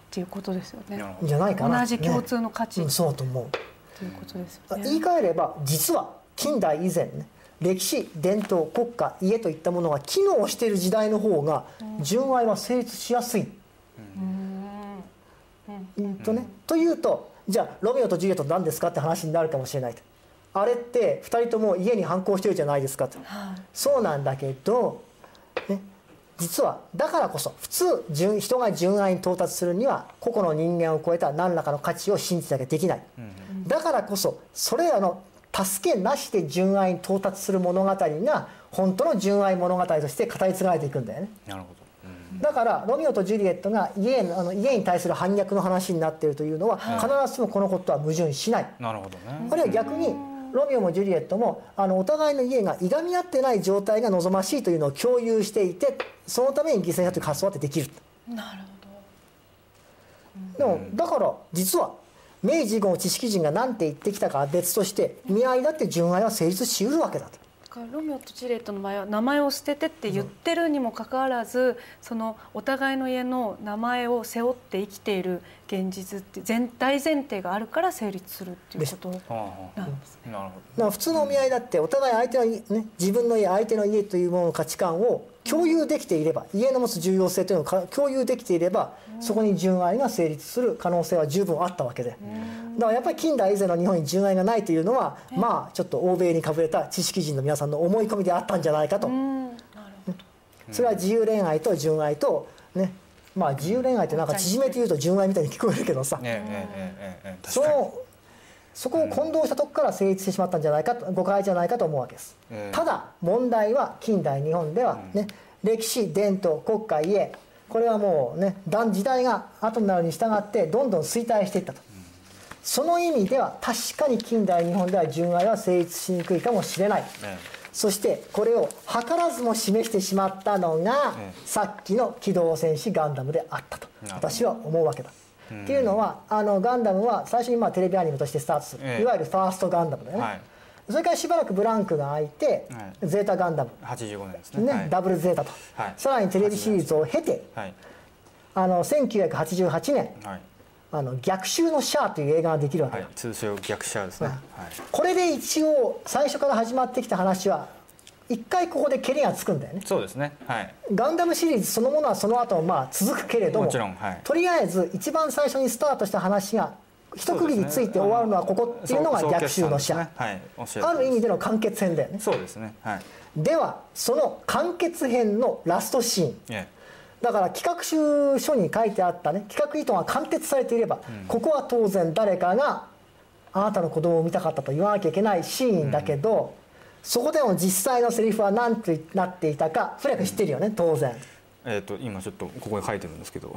ていうことですよね。
じゃないかな。
同じ共通の価値、
ね、うん、そうと思う。
ということですよね。
言い換えれば実は近代以前ね、歴史、伝統、国家、家といったものが機能している時代の方が純愛は成立しやすい。うんうんうんとね、というとじゃあロミオとジュリエット何ですかって話になるかもしれないと。あれってふたりとも家に反抗してるじゃないですかと、はい、そうなんだけど、ね、実はだからこそ普通人が純愛に到達するには個々の人間を超えた何らかの価値を信じなきゃできない、うん、だからこそそれらの助けなしで純愛に到達する物語が本当の純愛物語として語り継がれていくんだよね。
なるほど。
だからロミオとジュリエットが家あの家に対する反逆の話になっているというのは、必ずしもこのことは矛盾しない。
なるほどね。
あるいは逆にロミオもジュリエットもあのお互いの家がいがみ合ってない状態が望ましいというのを共有していて、そのために犠牲者という発想だってできる。
なる
ほど。でもだから実は明治以降の知識人が何て言ってきたかは別として、見合いだって純愛は成立しうるわけだと。
ロミオとジュリエットの場合は名前を捨ててって言ってるにもかかわらず、そのお互いの家の名前を背負って生きている現実って全大前提があるから成立するっていうことなんですね。
だから普通のお見合いだってお互い相手の、ね、自分の家相手の家というものの価値観を共有できていれば、家の持つ重要性というのを共有できていれば、そこに純愛が成立する可能性は十分あったわけで、だからやっぱり近代以前の日本に純愛がないというのは、まあちょっと欧米にかぶれた知識人の皆さんの思い込みであったんじゃないかと。それは自由恋愛と純愛とね、まあ自由恋愛ってなんか縮めて言うと純愛みたいに聞こえるけどさ、そのそこを混同したとこから成立してしまったんじゃないかと、誤解じゃないかと思うわけです。ただ問題は近代日本ではね、歴史、伝統、国家、家、これはもうね、時代が後になるに従ってどんどん衰退していったと。その意味では確かに近代日本では純愛は成立しにくいかもしれない。そしてこれを図らずも示してしまったのが、さっきの機動戦士ガンダムであったと私は思うわけだ。っていうのはあのガンダムは最初にまあテレビアニメとしてスタートする、いわゆるファーストガンダムだよね、はい、それからしばらくブランクが空いて、はい、ゼータガンダム
はちじゅうごねんですね、ね、
はい、ダブルゼータと、はい、さらにテレビシリーズを経て、はい、あのせんきゅうひゃくはちじゅうはちねん、はい、あの逆襲のシャアという映画ができるわけだ、はい、
通称逆シャアですね、はい、
これで一応最初から始まってきた話は一回ここでケリがつくんだよね。
そうですね、はい、
ガンダムシリーズそのものはその後もまあ続くけれども、もちろん、はい、とりあえず一番最初にスタートした話が一区切りついて終わるのはここっていうのが逆襲のシャア、ね、はい、ある意味での完結編だよね。
そうですね、はい、
ではその完結編のラストシーン、yeah. だから企画書に書いてあったね、企画意図が貫徹されていれば、うん、ここは当然誰かがあなたの子供を見たかったと言わなきゃいけないシーンだけど、うん、そこでの実際のセリフは何となっていたかフレック知ってるよね、当然。
えー、と今ちょっとここに書いてるんですけど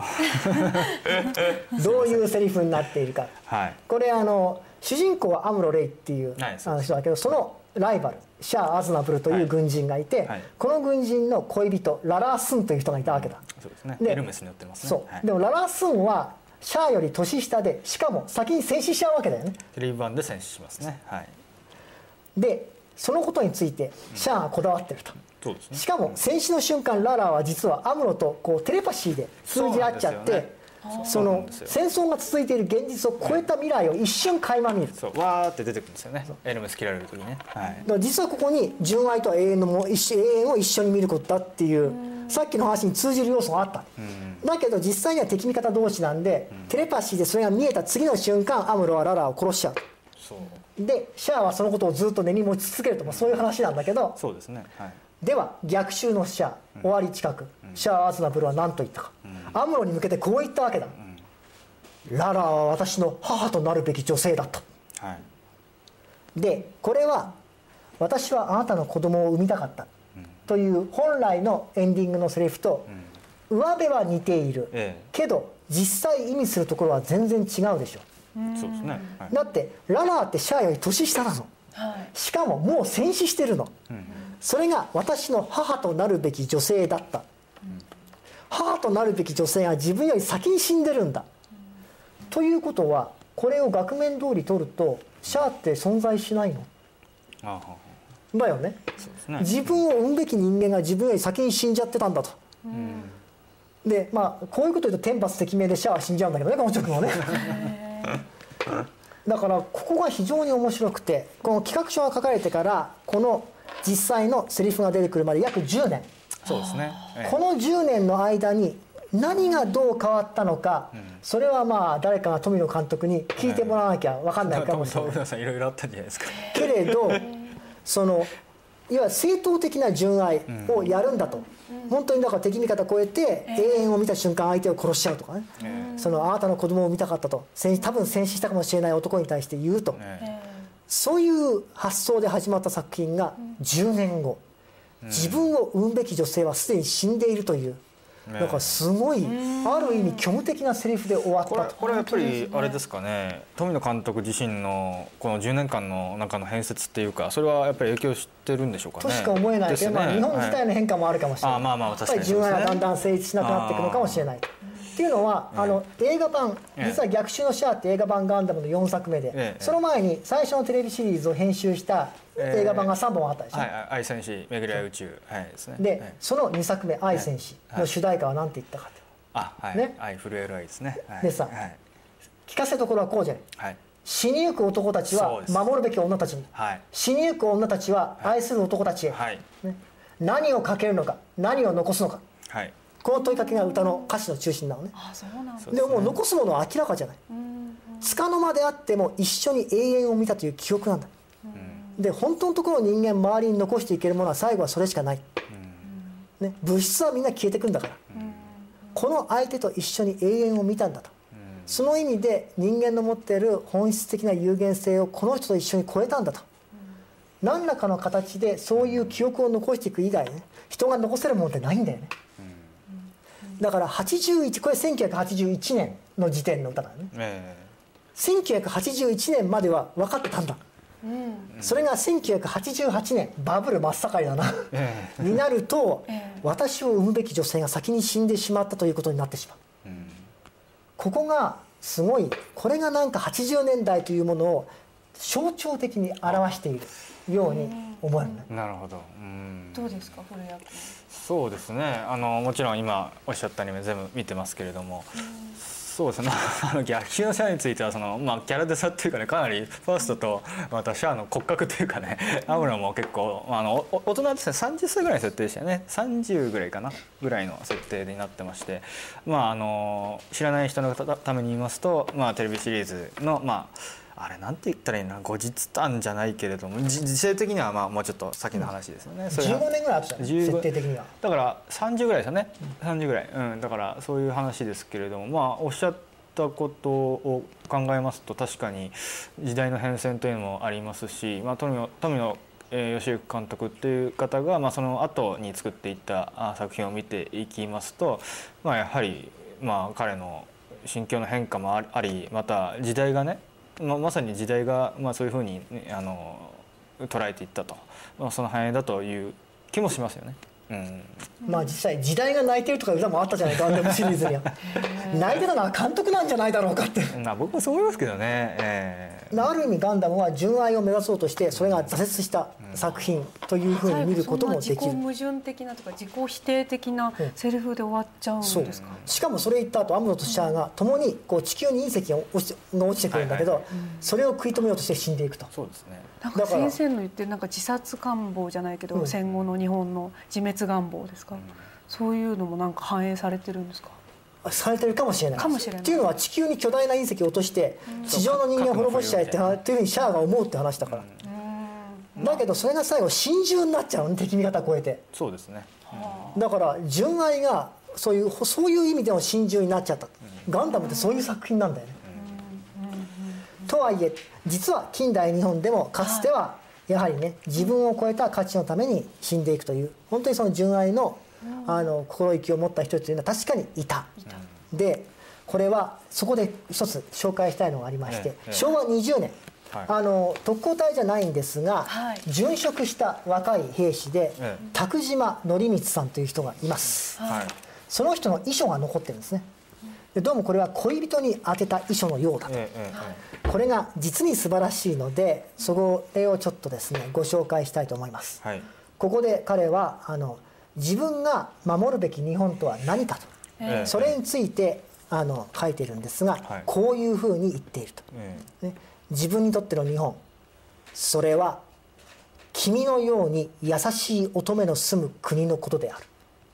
どういうセリフになっているか、
はい、
これあの主人公はアムロ・レイっていう、はい、あの人だけど、そのライバルシャア・アズナブルという軍人がいて、はいはい、この軍人の恋人ララースンという人がいたわけだ、うん、
そうですね、エルメスに乗ってますね。
そう、はい、でもララースンはシャアより年下で、しかも先に戦死しちゃうわけだよね。
テレビ版で戦死しますね、はい、
でそのことについてシャアがこだわってると、うん、そうですね、しかも戦死の瞬間ララは実はアムロとこうテレパシーで通じ合っちゃって、その戦争が続いている現実を超えた未来を一瞬垣間見る、
そうわーって出てくるんですよね、エルメス切られる時にね、はい、
だから実はここに純愛とは永遠のも永遠を一緒に見ることだっていう、さっきの話に通じる要素があった、うん、だけど実際には敵味方同士なんで、うん、テレパシーでそれが見えた次の瞬間アムロはララを殺しちゃう。そうでシャアはそのことをずっと根に持ち続けると、まあ、そういう話なんだけど、
そうですね、はい、で
は逆襲のシャア、うん、終わり近く、うん、シャア・アズナブルは何と言ったか、うん、アムロに向けてこう言ったわけだ、うん、ララは私の母となるべき女性だと、はい、でこれは私はあなたの子供を産みたかった、うん、という本来のエンディングのセリフと、うん、上辺は似ている、ええ、けど実際意味するところは全然違うでしょ。
そうですね、はい、
だってララーってシャアより年下なの、はい、しかももう戦死してるの、うん、それが私の母となるべき女性だった、うん、母となるべき女性が自分より先に死んでるんだ、うん、ということはこれを額面通り取るとシャアって存在しないの、ああだよね。そうですね、自分を産むべき人間が自分より先に死んじゃってたんだと、うん、 でまあこういうこと言うと天罰赤命でシャア死んじゃうんだけどね、この直後ねだからここが非常に面白くて、この企画書が書かれてからこの実際のセリフが出てくるまで約じゅうねん。
そうですね、
ええ、このじゅうねんの間に何がどう変わったのか、うん、それはまあ誰かが富野監督に聞いてもらわなきゃ分かんないかもしれない。
富野さんいろいろあったんじゃないですか。
けれどそのいわゆる正当的な純愛をやるんだと、うん、本当にだから敵味方超えて、えー、永遠を見た瞬間相手を殺しちゃうとかね、えー、そのあなたの子供を見たかったと多分戦死したかもしれない男に対して言うと、えー、そういう発想で始まった作品がじゅうねんご、うん、自分を産むべき女性はすでに死んでいるという、だからすごいある意味虚無的なセリフで終わったと。
これ、これはやっぱりあれですかね、富野監督自身のこのじゅうねんかんの中の変節っていうか、それはやっぱり影響してるんでしょうかね。
としか思えないけど、ね、まあ、日本自体の変化もあるかもしれない、はい、あまあまあ確かにやっぱり純愛がだんだん成立しなくなっていくのかもしれない。っていうのは、あの映画版、実は逆襲のシャアって映画版ガンダムのよんさくめで、ええ、その前に最初のテレビシリーズを編集した映画版がさんぼんあったでしょ。
はい、愛戦士巡り合い宇宙、はいですね。
で、
はい、
そのにさくめ愛戦士の主題歌は何て言ったかと。
あ、はい、ね、愛震える愛ですね。はい、
でさ、はい、聞かせどころはこうじゃない。はい、死にゆく男たちは守るべき女たちに、はい、死にゆく女たちは愛する男たちへ、はい、ね、何をかけるのか、何を残すのか。はい、この問いかけが歌の歌詞の中心なのね。あ、そうなんですね。でももう残すものは明らかじゃない。束の間であっても一緒に永遠を見たという記憶なんだ。で本当のところ人間周りに残していけるものは最後はそれしかない、ね、物質はみんな消えてくんだから、この相手と一緒に永遠を見たんだと、その意味で人間の持っている本質的な有限性をこの人と一緒に超えたんだと、何らかの形でそういう記憶を残していく以外ね、人が残せるものってないんだよね。だからはちじゅういち、これせんきゅうひゃくはちじゅういちねんの時点の歌だね、えー、せんきゅうひゃくはちじゅういちねんまでは分かってたんだ、うん、それがせんきゅうひゃくはちじゅうはちねんバブル真っ盛りだな、えー、になると、えー、私を産むべき女性が先に死んでしまったということになってしまう、うん、ここがすごい、これがなんかはちじゅうねんだいというものを象徴的に表しているように思えるね。
なるほど。うん、
どうですか、古谷君。
そうですね、あのもちろん今おっしゃったアニメ全部見てますけれども、うん、そうですねあの逆襲のシャアについてはその、まあ、キャラデザっていうかね、かなりファーストとまたシャアの骨格というかね、アムロも結構あの大人ですね、さんじゅっさいぐらいの設定でしたよね。さんじゅうぐらいかなぐらいの設定になってまして、まあ、あの知らない人のために言いますと、まあ、テレビシリーズのまああれなんて言ったらいいな、後日談じゃないけれども時勢的にはまあもうちょっと先の話ですよね、うん、
じゅうごねんぐらいあったじゃん、設定的には。
だからさんじゅうぐらいですよね、うん、さんじゅうぐらい、うん、だからそういう話ですけれども、まあおっしゃったことを考えますと確かに時代の変遷というのもありますし、まあ、富野富野義行監督っていう方が、まあ、その後に作っていった作品を見ていきますと、まあ、やはりまあ彼の心境の変化もあり、また時代がね、まあ、まさに時代がまあそういうふうに、ね、あの捉えていったと、まあ、その反映だという気もしますよね。うん、
まあ実際時代が泣いてるとかいう歌もあったじゃないか、ガンダムシリーズには泣いてたのは監督なんじゃないだろうかって
まあ僕もそう思いますけどね、えー、
ある意味ガンダムは純愛を目指そうとしてそれが挫折した作品というふうに見ることもできる。
自己矛盾的なとか自己否定的なセリフで終わっちゃうんですか。
うん、しかもそれ言った後アムロとシャアが共にこう地球に隕石が落ちて、が落ちてくるんだけど、はいはいはい、それを食い止めようとして死んでいくと。
そうですね。
なんか先生の言ってるなんか自殺願望じゃないけど、うん、戦後の日本の自滅願望ですか、うん、そういうのもなんか反映されてるんですか。
されてるかもしれない。
かもしれない。
っていうのは地球に巨大な隕石を落として地上の人間を滅ぼしちゃえってというふうにシャアが思うって話だから、うん、だけどそれが最後心中になっちゃうのね、敵味方超えて。
そうですね、
うん、だから純愛がそういうそういう意味での心中になっちゃった、うん、ガンダムってそういう作品なんだよね、うん、とはいえ実は近代日本でもかつてはやはりね、自分を超えた価値のために死んでいくという本当にその純愛のあの心意気を持った人というのは確かにいた。でこれはそこで一つ紹介したいのがありまして、しょうわにじゅうねん、はい、あの特攻隊じゃないんですが、はい、殉職した若い兵士で、はい、宅島則光さんという人がいます、はい、その人の遺書が残ってるんですね。でどうもこれは恋人に宛てた遺書のようだと、はい、これが実に素晴らしいのでそれをちょっとですねご紹介したいと思います、はい、ここで彼はあの自分が守るべき日本とは何かとえー、それについてあの書いてるんですが、はい、こういうふうに言っていると、えーね、自分にとっての日本、それは君のように優しい乙女の住む国のことである。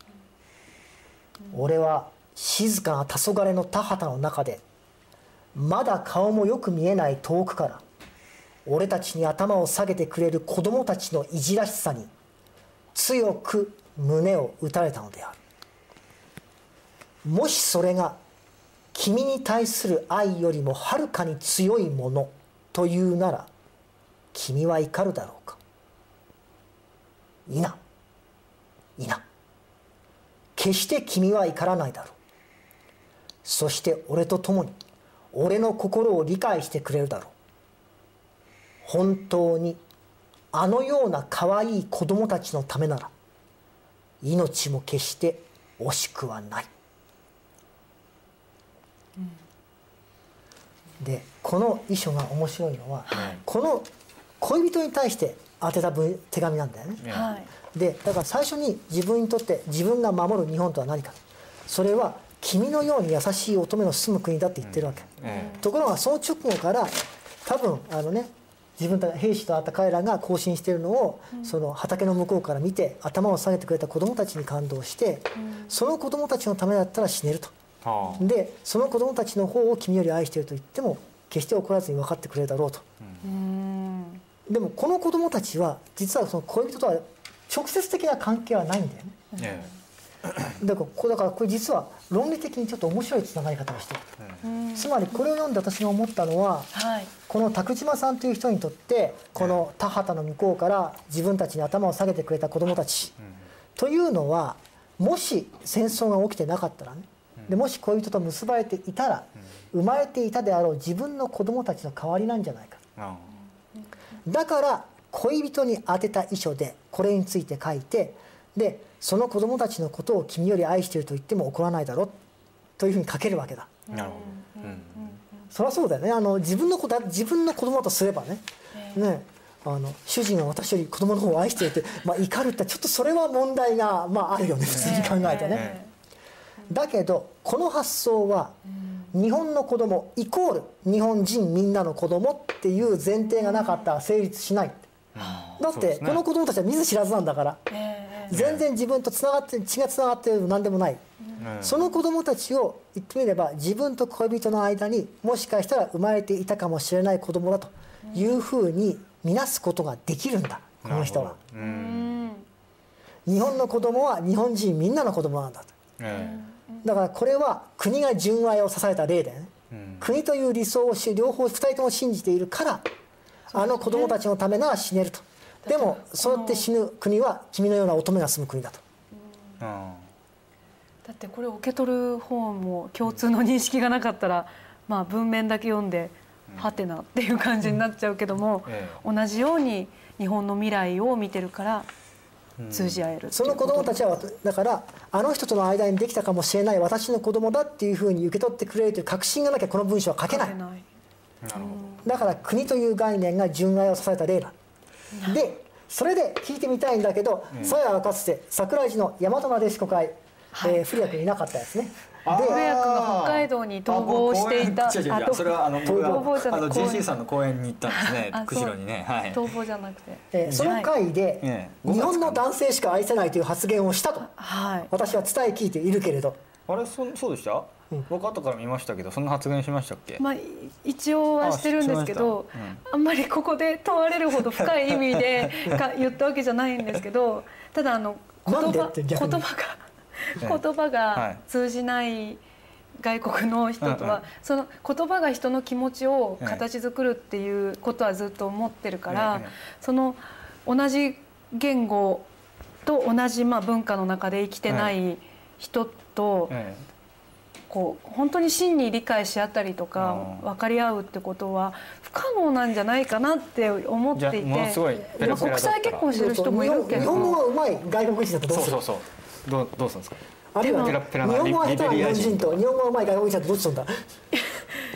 うん、俺は静かな黄昏の田畑の中でまだ顔もよく見えない遠くから俺たちに頭を下げてくれる子供たちのいじらしさに強く胸を打たれたのである。もしそれが君に対する愛よりもはるかに強いものというなら君は怒るだろうか。いな、いな。決して君は怒らないだろう。そして俺と共に俺の心を理解してくれるだろう。本当にあのような可愛い子供たちのためなら命も決して惜しくはない。うん、でこの遺書が面白いのは、はい、この恋人に対して宛てた手紙なんだよね。はい、でだから最初に自分にとって自分が守る日本とは何か、それは君のように優しい乙女の住む国だって言ってるわけ。うん、ところがその直後から多分あのね自分たち兵士と会った彼らが行進しているのを、うん、その畑の向こうから見て頭を下げてくれた子どもたちに感動して、うん、その子どもたちのためだったら死ねると、うん、でその子どもたちの方を君より愛していると言っても決して怒らずに分かってくれるだろうと、うん、でもこの子どもたちは実はその恋人とは直接的な関係はないんだよね、うん、だからだからこれ実は論理的にちょっと面白いつながり方をしている、うん、つまりこれを読んで私が思ったのは、はい、この宅島さんという人にとってこの田畑の向こうから自分たちに頭を下げてくれた子どもたち、うん、というのはもし戦争が起きてなかったらね、うん、でもし恋人と結ばれていたら、うん、生まれていたであろう自分の子どもたちの代わりなんじゃないか、うん、だから恋人に宛てた遺書でこれについて書いて、でその子どもたちのことを君より愛していると言っても怒らないだろうというふうに書けるわけだ。なるほど、うん、そりゃそうだよね。あの自分の子だ自分の子供だとすればね、ねあの主人は私より子供の方を愛しているって、まあ、怒るってちょっとそれは問題が、まあ、あるよね普通に考えてね。だけどこの発想は日本の子供イコール日本人みんなの子供っていう前提がなかったら成立しない。だってこの子供たちは見ず知らずなんだから、全然自分とつながって血がつながっている何でもない、その子供たちを言ってみれば自分と恋人の間にもしかしたら生まれていたかもしれない子供だというふうに見なすことができるんだこの人は。日本の子供は日本人みんなの子供なんだと。だからこれは国が純愛を支えた例でね、国という理想を両方ふたりとも信じているからあの子供たちのためなら死ねると。でもそうやって死ぬ国は君のような乙女が住む国だと。うん、だ
ってこれを受け取る方も共通の認識がなかったら、まあ、文面だけ読んではてなっていう感じになっちゃうけども、うん、同じように日本の未来を見てるから通じ合える、うん、
その子供たちはだからあの人との間にできたかもしれない私の子供だっていうふうに受け取ってくれるという確信がなきゃこの文章は書けない。なるほど。だから国という概念が純愛を支えた例だ。でそれで聞いてみたいんだけど、さやはかつて桜井寺の大和なでしこ会、はいえー、古谷君いなかったですね。で
古谷君が北海道に逃亡していた。
違う違う違うそれはあの僕があの ジェーシー さんの公演に行ったんですね。釧路にね。はい、
逃亡じゃなくて、
えー、その会で、はい、日本の男性しか愛せないという発言をしたと、はい、私は伝え聞いているけれど。
あれ そ, そうでした、うん、僕後から見ましたけどそんな発言しましたっけ。
まあ、一応はしてるんですけど あ,、うん、あんまりここで問われるほど深い意味でか言ったわけじゃないんですけどただあの言葉言葉が言葉が通じない外国の人とは、うんうん、その言葉が人の気持ちを形作るっていうことはずっと思ってるから、うんうん、その同じ言語と同じまあ文化の中で生きてない人ととこう本当に真に理解し合ったりとか分かり合うってことは不可能なんじゃないかなって思っていて、まあ、国際結婚してる人もいるけど
日本語がうまい外国人だとどうする。
そうそうそうどうどうするんですか。
あるいは日本語が下手な日本人と日本語がうまい外国人だとどうするんだ。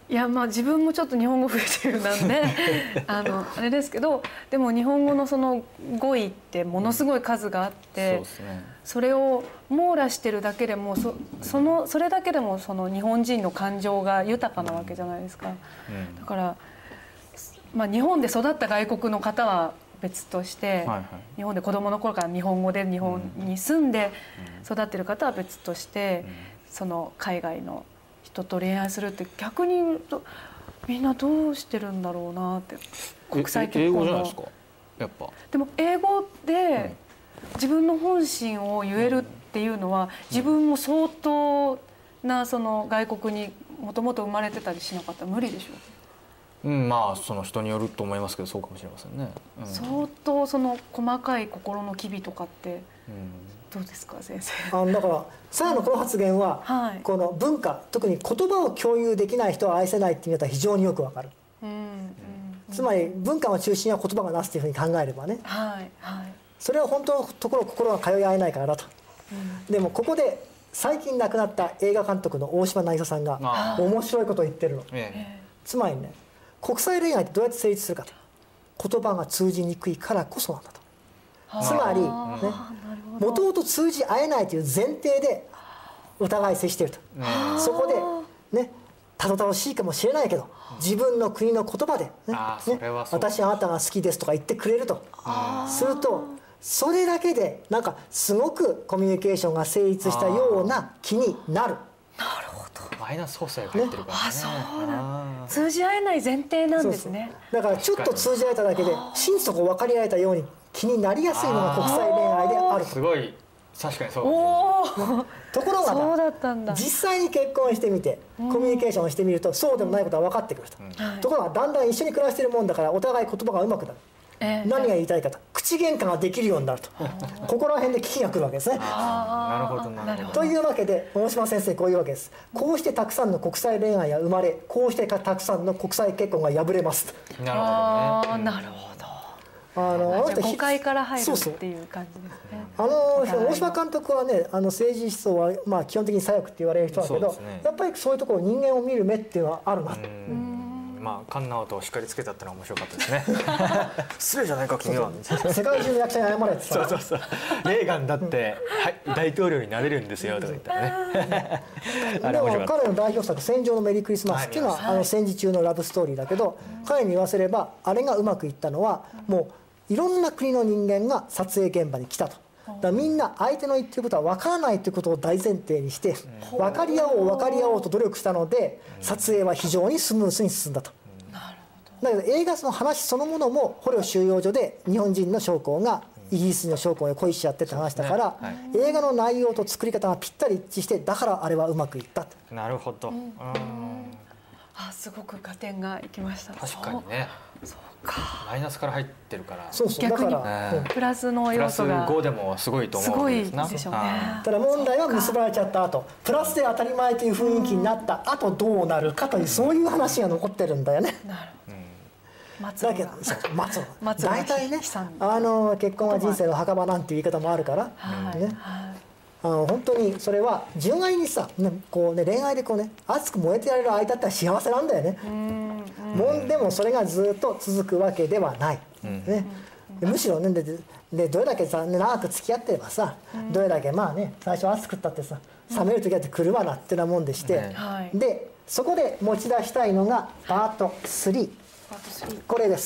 いやまあ自分もちょっと日本語フルテルなんであのあれですけど、でも日本語のその語彙ってものすごい数があって、うん、そうですね、それを網羅してるだけでも そ, そ, のそれだけでもその日本人の感情が豊かなわけじゃないですか、うん、だから、まあ、日本で育った外国の方は別として、はいはい、日本で子どもの頃から日本語で日本に住んで育ってる方は別として、うん、その海外の人と恋愛するって逆に言うとみんなどうしてるんだろうなって。国際結婚の英語じゃないですかやっぱ。でも英語で自分の本心を言えるっていうのは自分も相当なその外国にもともと生まれてたりしなかったら無理でしょう。うん、まあその人によると思いますけどそうかもしれませんね、うん、相当その細かい心の機微とかってどうですか先生。
あのだからさやのこの発言は、はい、この文化特に言葉を共有できない人は愛せないっていうのは非常によくわかる、うんうん、つまり文化の中心は言葉がなすというふうに考えればね、はいはい、それは本当のところ心が通い合えないからだと、うん、でもここで最近亡くなった映画監督の大島渚さんが面白いことを言ってるの、ええ、つまりね国際恋愛ってどうやって成立するかと、言葉が通じにくいからこそなんだと。つまり、ね、もともと通じ合えないという前提でお互い接していると。そこでねたどたどしいかもしれないけど自分の国の言葉で、ねね、私あなたが好きですとか言ってくれるとすると、それだけでなんかすごくコミュニケーションが成立したような気になる。
なるほど。
マイナス補正が入ってるからね。あ、
そうだ。通じ合えない前提なんですね。
そうそうだからちょっと通じ合えただけで心底分かり合えたように気になりやすいのが国際恋愛であると。
すごい確かにそうですね。
ところが
そうだったんだ、
実際に結婚してみてコミュニケーションをしてみるとそうでもないことは分かってくると、うん、ところがだんだん一緒に暮らしてるもんだからお互い言葉がうまくなる、えー、何が言いたいかと口喧嘩ができるようになるとここら辺で危機が来るわけですね。
なるほどなるほど。
というわけで大島先生こういうわけです。こうしてたくさんの国際恋愛が生まれこうしてたくさんの国際結婚が破れますと。
なるほどね。なるほど。あのあの誤解から入るっていう感じですね。
あの大島監督はね、あの政治思想はまあ基本的に左翼って言われる人だけど、ね、やっぱりそういうところ人間を見る目っていうのはあるなと。
まあカンナウトをしっかりつけたってのは面白かったですね。失礼じゃないか君は。
世界中の役者に謝れって
さ。そうそうそう。レーガンだってはい大統領になれるんですよとか言ったらね。
でも彼の代表作「戦場のメリークリスマス」っていうのはあの戦時中のラブストーリーだけど、彼に言わせればあれがうまくいったのはもういろんな国の人間が撮影現場に来たと。だからみんな相手の言ってることは分からないということを大前提にして分かり合おう分かり合おうと努力したので撮影は非常にスムースに進んだと。だけど映画の話そのものも捕虜収容所で日本人の将校がイギリス人の将校に恋しちゃってって話だから、はい、映画の内容と作り方がぴったり一致してだからあれはうまくいったと。
なるほど。うん
あすごく合点がいきました。
確かにね。そうか。マイナスから入ってるから。
そうそう。
逆にだからプラスの要素が。
プラスごでもすごいと思うんですな。
すごいでしょうね。
ただ問題は結ばれちゃった後、プラスで当たり前という雰囲気になった後どうなるかというそういう話が残ってるんだよね。
なるほど。
だけど松尾大体ねあの結婚は人生の墓場なんていう言い方もあるからね。あの本当にそれは純愛にさ、ねこうね、恋愛でこうね熱く燃えてやれる相手だったら幸せなんだよね。もんでもそれがずっと続くわけではない、ね、むしろねででどれだけさ長く付き合ってればさどれだけまあね最初熱くったってさ冷める時だって来るわなってなもんでして、でそこで持ち出したいのがパートスリー、これです。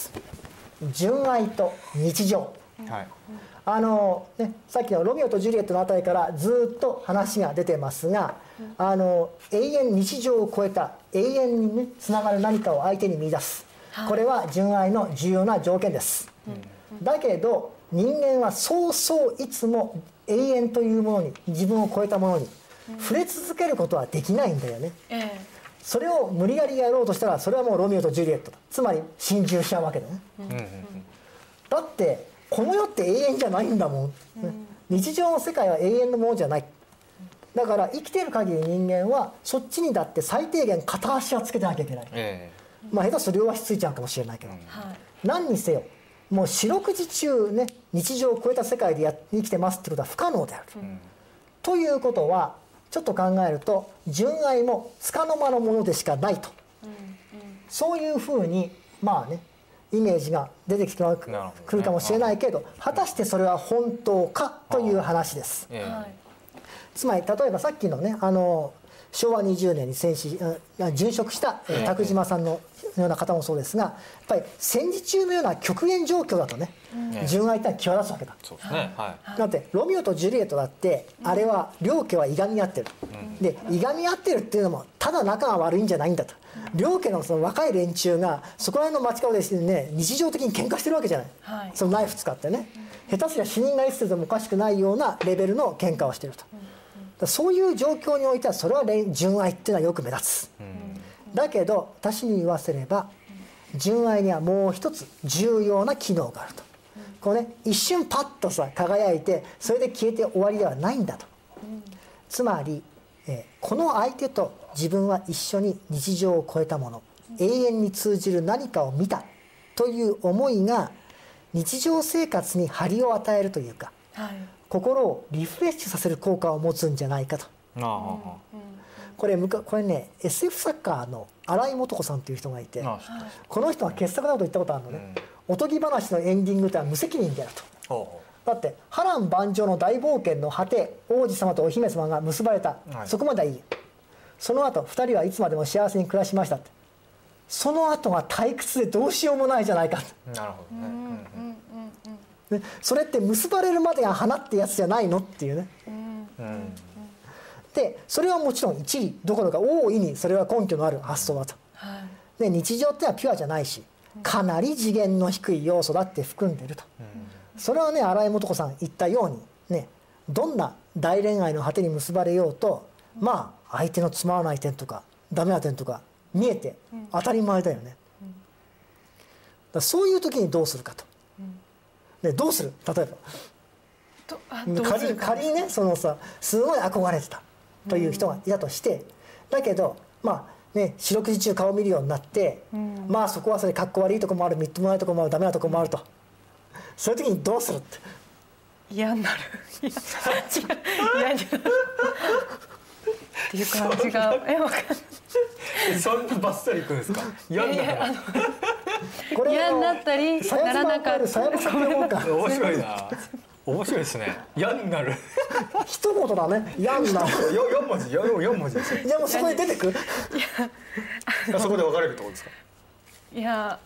純愛と日常。はいあのね、さっきのロミオとジュリエットのあたりからずっと話が出てますが、あの永遠日常を超えた永遠に、ね、つながる何かを相手に見出す、これは純愛の重要な条件です、うん、だけど人間はそうそういつも永遠というものに自分を超えたものに触れ続けることはできないんだよね、うん、それを無理やりやろうとしたらそれはもうロミオとジュリエットだ、つまり心中しちゃうわけだね、うん、だってこの世って永遠じゃないんだもん、うん、日常の世界は永遠のものじゃない。だから生きている限り人間はそっちにだって最低限片足はつけてなきゃいけない、えー、まあ下手すると両足ついちゃうかもしれないけど、うん、何にせよもう四六時中ね日常を超えた世界でや生きてますってことは不可能である、うん、ということはちょっと考えると純愛も束の間のものでしかないとそういうふうにまあねイメージが出てきてくるかもしれないけど、果たしてそれは本当かという話です。つまり例えばさっきのねあのしょうわにじゅうねんに戦死殉職した宅島さんのような方もそうですが、やっぱり戦時中のような極限状況だとね、純愛ってのは際立つわけだ。
そうですね、はい、
だってロミオとジュリエットだってあれは両家はいがみ合ってる、でいがみ合ってるっていうのもただ仲が悪いんじゃないんだと、両家のその若い連中がそこら辺の街角でね日常的に喧嘩してるわけじゃない、はい、そのナイフ使ってね、下手すりゃ死人がいつでもおかしくないようなレベルの喧嘩をしてると。そういう状況においてはそれは純愛っていうのはよく目立つ、うん、だけど私に言わせれば純愛にはもう一つ重要な機能があると、うん、こうね一瞬パッとさ輝いてそれで消えて終わりではないんだと、うん、つまり、えー、この相手と自分は一緒に日常を超えたもの、うん、永遠に通じる何かを見たという思いが日常生活に張りを与えるというか、はい、心をリフレッシュさせる効果を持つんじゃないかと。あこれこれね エスエフ 作家の新井素子さんという人がいて、この人は傑作なこと言ったことあるのね、うん、おとぎ話のエンディングとは無責任であると。だって波乱万丈の大冒険の果て王子様とお姫様が結ばれた、はい、そこまではいい。その後ふたりはいつまでも幸せに暮らしましたって。その後が退屈でどうしようもないじゃないか。
なるほどね、うん
ね、それって結ばれるまでが花ってやつじゃないのっていうね、うん、でそれはもちろん一理どころか大いにそれは根拠のある発想だと、はい、で日常ってのはピュアじゃないしかなり次元の低い要素だって含んでると、うん、それはね新井素子さん言ったようにねどんな大恋愛の果てに結ばれようと、うん、まあ相手のつまらない点とかダメな点とか見えて当たり前だよね、うん、だそういう時にどうするかと。でどうする例えば仮, 仮にねそのさすごい憧れてたという人がいたとして、だけどまあね四六時中顔見るようになって、うん、まあそこはそれかっこ悪いとこもあるみっともないとこもあるダメなとこもあると、そういう時にどうするって
嫌になる嫌になるっていう感じがえ分かんない
そんなバッサリいくんですか嫌になる
これ嫌になったりならなかったり
面白いな面白いですね嫌になる
一言だね嫌になる
よん文字よん文字ですよ。
いやもうそこで出てくる
いやそこで分かれるってことですか。
いや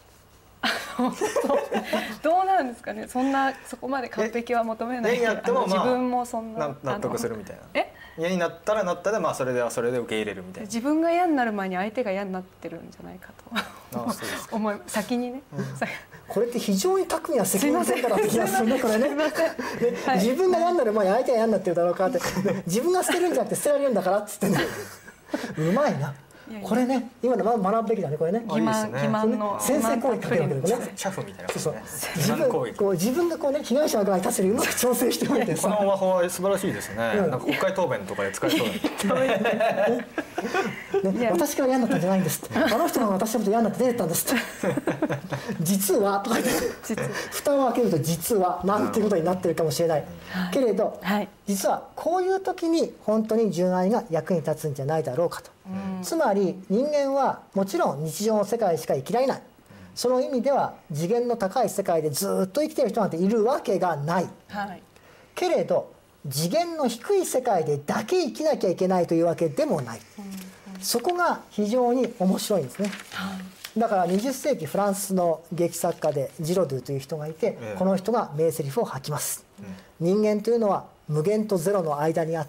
どうなんですかね。そんなそこまで完璧は求めない。
嫌になっても、まあ、
自分もそんな
納得するみたいな。
え
嫌になったらなったで、まあ、それではそれで受け入れるみたいな。
自分が嫌になる前に相手が嫌になってるんじゃないかと思い先にね、うん、
これって非常に巧みな責任転嫁だって気がするねこれね。はい、自分が嫌になる前に相手が嫌になってるだろうかって自分が捨てるんじゃなくて捨てられるんだからっつってねうまいな。これね今の学ぶべきだねこれね。
欺瞞欺瞞の
先制攻撃かけるわけですね。
シャフみたいな。
そうそう自分こう自分がこうね被害者の側に立つようにうまく調整しておいてさ。
この魔法は素晴らしいですね。なんか国会答弁とかで使えそうだね。
ね、私から嫌になったんじゃないんですって。あの人が私のこと嫌になって出てったんですって。実はとか言って蓋を開けると実はなんていうことになってるかもしれない。けれど、はい、実はこういう時に本当に純愛が役に立つんじゃないだろうかと。つまり人間はもちろん日常の世界しか生きられない。その意味では次元の高い世界でずっと生きている人なんているわけがない。はい、けれど次元の低い世界でだけ生きなきゃいけないというわけでもない。そこが非常に面白いんですね。はい、だからにじゅっ世紀フランスの劇作家でジロドゥという人がいて、ええ、この人が名台詞を吐きます。うん、人間というのは無限とゼロの間にあって、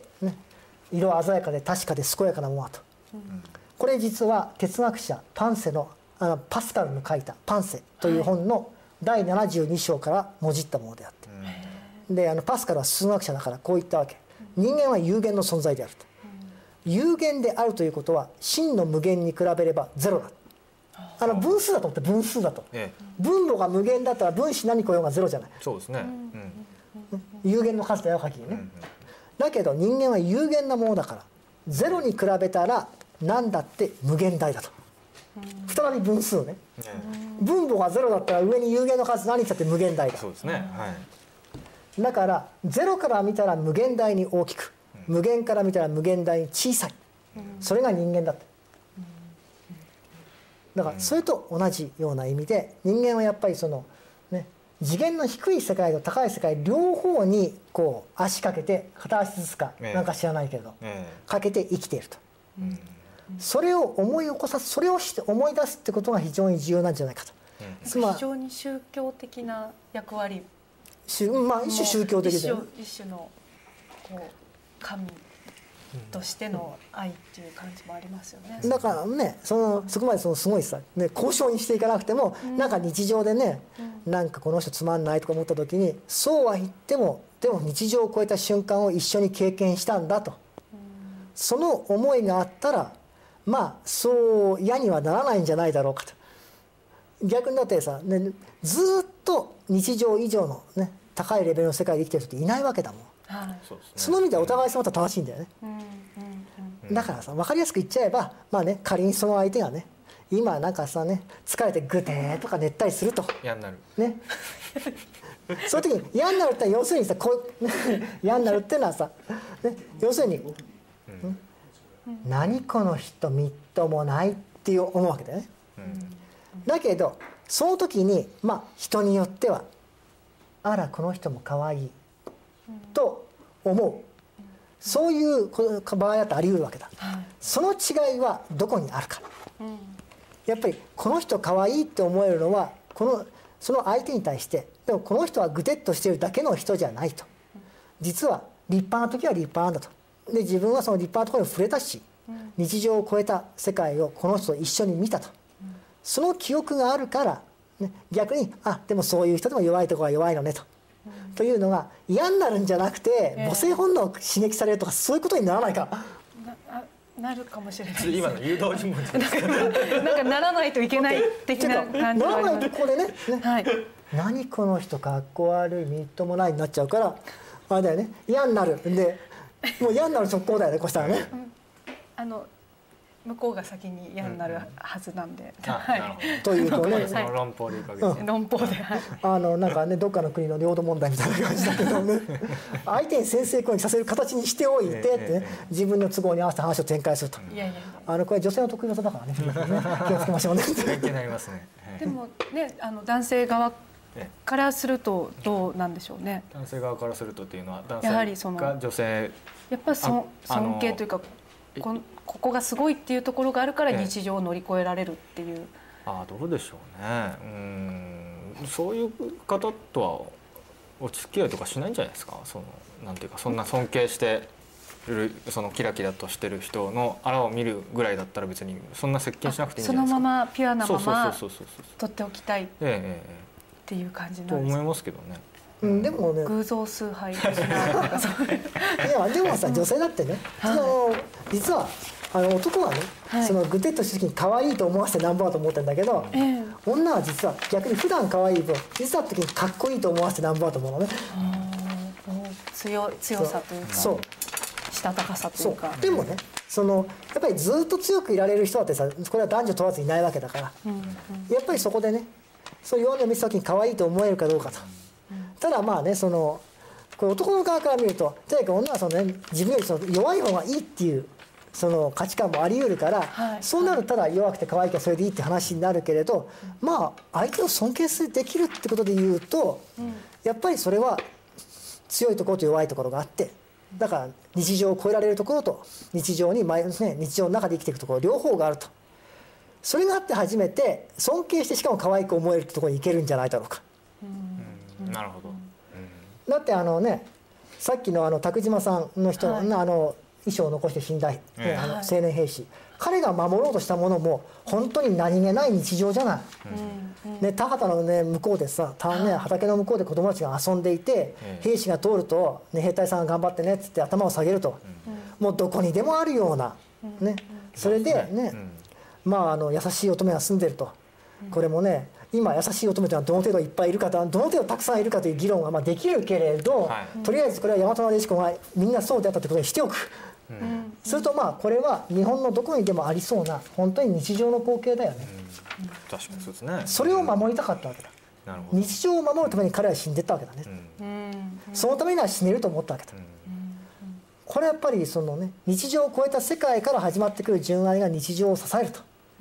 ね、色鮮やかで確かで健やかなものだと。うん、これ実は哲学者パンセのあのパスカルの書いた「パンセ」という本のだいななじゅうに章からもじったものであって、うん、であのパスカルは数学者だからこう言ったわけ。人間は有限の存在であると。有限であるということは真の無限に比べればゼロだ。あの分数だと思って分数だと、ええ、分母が無限だったら分子何個ようがゼロじゃない。
そうですね、
うん、有限の数だよ限りね、うんうん、だけど人間は有限なものだからゼロに比べたら何だって無限大だと。再び分数ね、うん、分母がゼロだったら上に有限の数何したって無限大だ。
そうですね、はい、
だからゼロから見たら無限大に大きく、無限から見たら無限大に小さい、それが人間だって。 だからそれと同じような意味で、人間はやっぱりそのね次元の低い世界と高い世界両方にこう足かけて片足ずつかなんか知らないけれど、ええ、かけて生きていると、うん、それを思い起こさす、それをして思い出すってことが非常に重要なんじゃないかと、
うん、つまり非常に宗教的な役割、
まあ、一種宗教的
で、一種のこう神としての愛っていう感じもありますよね。
だからね、そのそこまでそのすごいさ、ね、交渉にしていかなくても、うん、なんか日常でね、うん、なんかこの人つまんないとか思った時に、そうは言ってもでも日常を超えた瞬間を一緒に経験したんだと、うん、その思いがあったらまあそう嫌にはならないんじゃないだろうかと。逆にだってさ、ね、ずっと日常以上の、ね、高いレベルの世界で生きてる人っていないわけだもん。はい、その意味ではお互いその他正しいんだよね、うんうんうん、だからさ分かりやすく言っちゃえば、まあね、仮にその相手がね今なんかさね疲れてグテーとか寝ったりすると
嫌になる
ねそういう時に嫌になるって要するにさこう嫌になるっていうのはさ、ね、要するに、うん、何この人みっともないっていう思うわけだよね、うん、だけどその時にまあ人によってはあらこの人も可愛いと思う、そういう場合だってあり得るわけだ、はい、その違いはどこにあるか、うん、やっぱりこの人可愛いって思えるのはこのその相手に対して、でもこの人はグテッとしているだけの人じゃないと、実は立派な時は立派なんだと、で自分はその立派なところに触れたし、うん、日常を超えた世界をこの人と一緒に見たと、うん、その記憶があるから、ね、逆にあでもそういう人でも弱いところは弱いのねと、うん、というのが嫌になるんじゃなくて、えー、母性本能を刺激されるとかそういうことにならないか。
な, なるかもしれないです。
今の誘導尋問ですか。
なんかならないといけない的な感じがあります。
ならないとここでね、ねはい、何この人かっこ悪いみっともないになっちゃうからあれだよね、嫌になるんでもう嫌になる直行だよねこうしたらね、うん、
あの向こうが先に嫌になるはずなんで、
うんはい、
というとね、
その論法でいうかげです、
うん、論法で、はい、
あのなんかねどっかの国の領土問題みたいな感じだけどね相手に先制攻撃させる形にしておいてって、ね、自分の都合に合わせた話を展開すると、いやいやいやあのこれ女性の得意技だからね気をつけましょうね
勉強になりますね。
でもねあの男性側からするとどうなんでしょうね。
男性側からするとっていうのは男性が女性
やっぱりそ尊敬というかこここがすごいっていうところがあるから日常を乗り越えられるっていう、
ああどうでしょうね。うーんそういう方とはお付き合いとかしないんじゃないですか。そのなんていうかそんな尊敬してるそのキラキラとしてる人のあらを見るぐらいだったら別にそんな接近しなくていいんじゃないですか。
そのままピュアなまま取っておきたいっていう感じなんですか。と
思いますけどね。
うん、でもね
偶像崇拝的な
いやでもさ女性だってね、うん、その実はあの男はね、はい、そのグテッとした時に可愛いと思わせてなんぼだと思ってるんだけど、えー、女は実は逆に普段可愛い分実は時にかっこいいと思わせてなんぼだと思うのね。
強強さというかそうしたたかさというか。
そうでもねそのやっぱりずっと強くいられる人だってさこれは男女問わずいないわけだから、うんうん、やっぱりそこでねそういうのを見せた時に可愛いと思えるかどうかと。ただまあねそのこれ男の側から見るととにかく女はその、ね、自分よりその弱い方がいいっていうその価値観もあり得るから、はい、そうなるただ弱くて可愛いからそれでいいって話になるけれど、うん、まあ相手を尊敬できるってことで言うと、うん、やっぱりそれは強いところと弱いところがあってだから日常を超えられるところと日常に前、ね、日常の中で生きていくところ両方があるとそれがあって初めて尊敬してしかも可愛く思えるってところに行けるんじゃないだろうか。
うん、なるほど。
だってあのねさっきのあの宅島さんの人の、はい、あの衣装を残して死んだ、ねえー、あの青年兵士、はい、彼が守ろうとしたものも本当に何気ない日常じゃない、うんね、田畑の、ね、向こうでさた、ね、畑の向こうで子供たちが遊んでいて、うん、兵士が通ると、ね、兵隊さんが頑張ってねっつって頭を下げると、うん、もうどこにでもあるような、うんね、それでね、うん、まあ、あの優しい乙女が住んでると、うん、これもね今優しい乙女というのはどの程度いっぱいいるかどの程度たくさんいるかという議論はまあできるけれど、はい、とりあえずこれは大和撫子がみんなそうであったということにしておく、うん、するとまあこれは日本のどこにでもありそうな本当に日常の光景だよね、
うん、確かにそうですね。
それを守りたかったわけだ、うん、なるほど。日常を守るために彼は死んでったわけだね、うん、そのためには死ねると思ったわけだ、うん、これはやっぱりそのね日常を超えた世界から始まってくる純愛が日常を支えると、うん、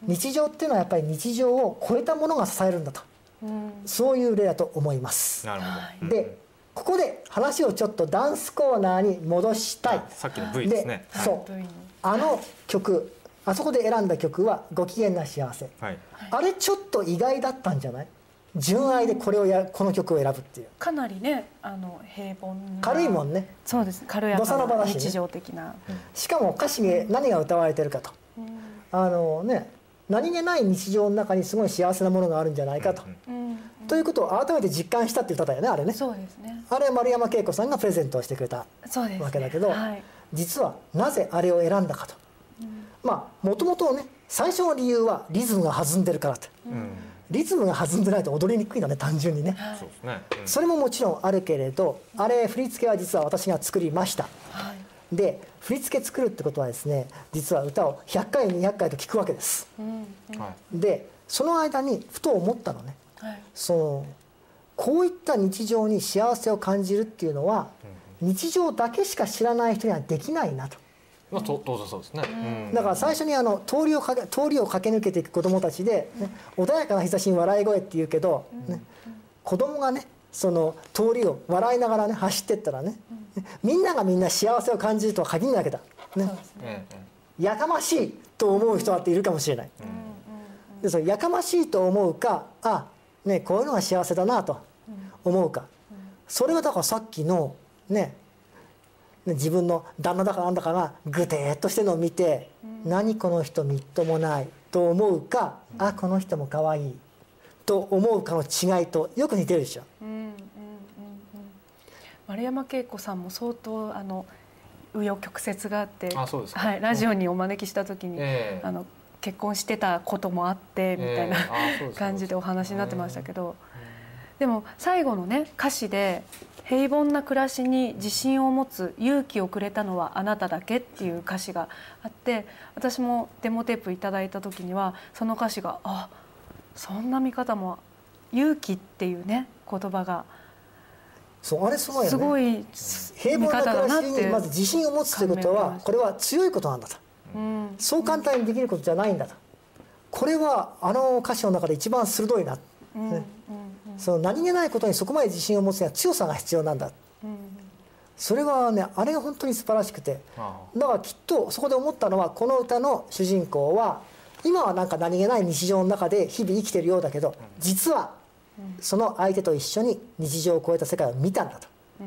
日常っていうのはやっぱり日常を超えたものが支えるんだと、うん、そういう例だと思います。
なるほど。
でここで話をちょっとダンスコーナーに戻したい。
さっきの ブイ ですね。
でそう、あの曲、あそこで選んだ曲はご機嫌な幸せ、はい、あれちょっと意外だったんじゃない？純愛でこれをやこの曲を選ぶっていう。
かなりね、あの平凡な
軽いもんね。
そうです、軽やかな日常的な、
うん、しかも歌詞で何が歌われてるかと、うん、あのね、何気ない日常の中にすごい幸せなものがあるんじゃないかと、うんうん、ということを改めて実感したっていう歌だよね、あれね。
そうですね。
あれは丸山恵子さんがプレゼントをしてくれたわけだけど、ね、はい、実はなぜあれを選んだかと、うん、まあもともとね、最初の理由はリズムが弾んでるからって、うん、リズムが弾んでないと踊りにくいのね、単純にね。そうですね、うん、それももちろんあるけれど、あれ振り付けは実は私が作りました、はい、で振り付け作るってことはですね、実は歌をひゃっかいにひゃっかいと聴くわけです、うんうん、でその間にふと思ったのね、はい、そのこういった日常に幸せを感じるっていうのは、うん、日常だけしか知らない人にはできないなと。
まあ、当然そうですね、
うん、だから最初にあの通りをかけ、通りを駆け抜けていく子どもたちで、ね、穏やかな日差しに笑い声って言うけど、ね、子どもがね、その通りを笑いながらね走ってったらね、みんながみんな幸せを感じるとは限らないわけだ、ね、ね、やかましいと思う人だっているかもしれない、うん、でそのやかましいと思うか、あ、ね、こういうのが幸せだなと思うか、それはだからさっきのね、自分の旦那だかなんだかがぐてーっとしてるのを見て、うん、何この人みっともないと思うか、うん、あ、この人も可愛いと思うかの違いとよく似てるでしょ。うんうんうんうん、
丸山恵子さんも相当あの紆余曲折があって、あ、そうですか、はい、ラジオにお招きした時に、えー、あの結婚してたこともあってみたいな、えー、感じでお話になってましたけど、えー、でも最後のね歌詞で平凡な暮らしに自信を持つ勇気をくれたのはあなただけっていう歌詞があって、私もデモテープいただいた時にはその歌詞が、あ、そんな見方も、勇気っていうね言葉が
そうあれすごいよね、
すごい
平凡な暮らしにまず自信を持つということはこれは強いことなんだと、うん、そう簡単にできることじゃないんだと、これはあの歌詞の中で一番鋭いな、うんね、うん、その何気ないことにそこまで自信を持つには強さが必要なんだ、うん、それはね、あれが本当に素晴らしくて、だからきっとそこで思ったのは、この歌の主人公は今はなんか何気ない日常の中で日々生きてるようだけど、実はその相手と一緒に日常を超えた世界を見たんだと、うん、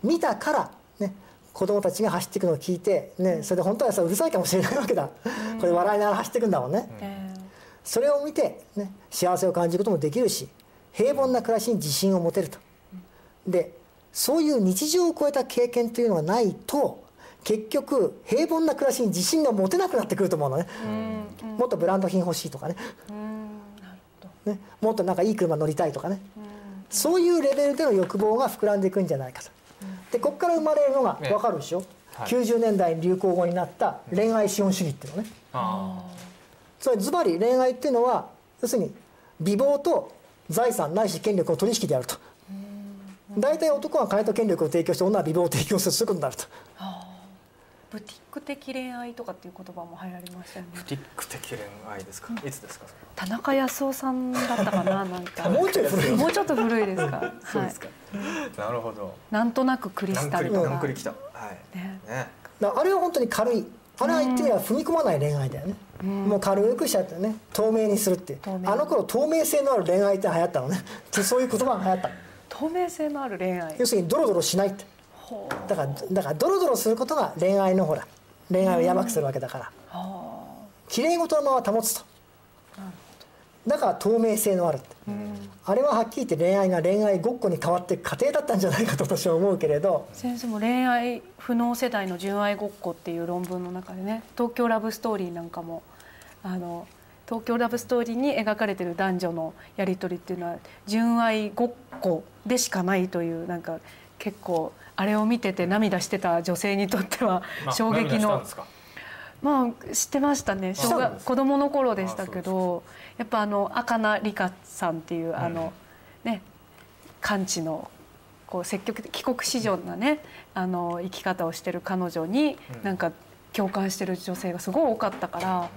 見たから、ね、子供たちが走っていくのを聞いて、ね、それで本当はさうるさいかもしれないわけだ、うん、これ笑いながら走っていくんだもんね、うん、それを見て、ね、幸せを感じることもできるし、平凡な暮らしに自信を持てると、でそういう日常を超えた経験というのがないと結局平凡な暮らしに自信が持てなくなってくると思うのね、うん、もっとブランド品欲しいとかね、ね、もっとなんかいい車乗りたいとかね、うん、そういうレベルでの欲望が膨らんでいくんじゃないかと、うん、でここから生まれるのが分かるでしょ、ね、はい、きゅうじゅうねんだいに流行語になった恋愛資本主義っていうのね、つまりズバリ恋愛っていうのは要するに美貌と財産ないし権力の取引であると、大体男は金と権力を提供して女は美貌を提供する、そういうことになると。
ブティック的恋愛とかっていう言葉も流行りましたよね。
ブティック的恋愛ですか、うん、いつですかそれ。
田中康夫さんだったかな、なんか
もうちょっと古い
もうちょっと古いですか
そうですか、はい、なるほど。
なんとなくクリスタルとか、
なんくりきた、はいね
ね、あれは本当に軽い、あれは言ってみれば踏み込まない恋愛だよね、うん、もう軽くしちゃってね、透明にするっていう、あの頃透明性のある恋愛って流行ったのねそういう言葉が流行った。
透明性のある恋愛、
要するにドロドロしないって、だからだからドロドロすることが恋愛のほら恋愛をやばくするわけだから、きれい事のまま保つと、だから透明性のあるって、うん、あれははっきり言って恋愛が恋愛ごっこに変わっていく過程だったんじゃないかと私は思うけれど、
先生も恋愛不能世代の純愛ごっこっていう論文の中でね、東京ラブストーリーなんかもあの東京ラブストーリーに描かれている男女のやり取りっていうのは純愛ごっこでしかないという、なんか結構あれを見てて涙してた女性にとっては衝撃の、まあ知ってましたね、小学子供の頃でしたけど、やっぱあの赤名理香さんっていうあのね完治のこう積極的帰国子女なねあの生き方をしてる彼女になんか共感してる女性がすごい多かったから、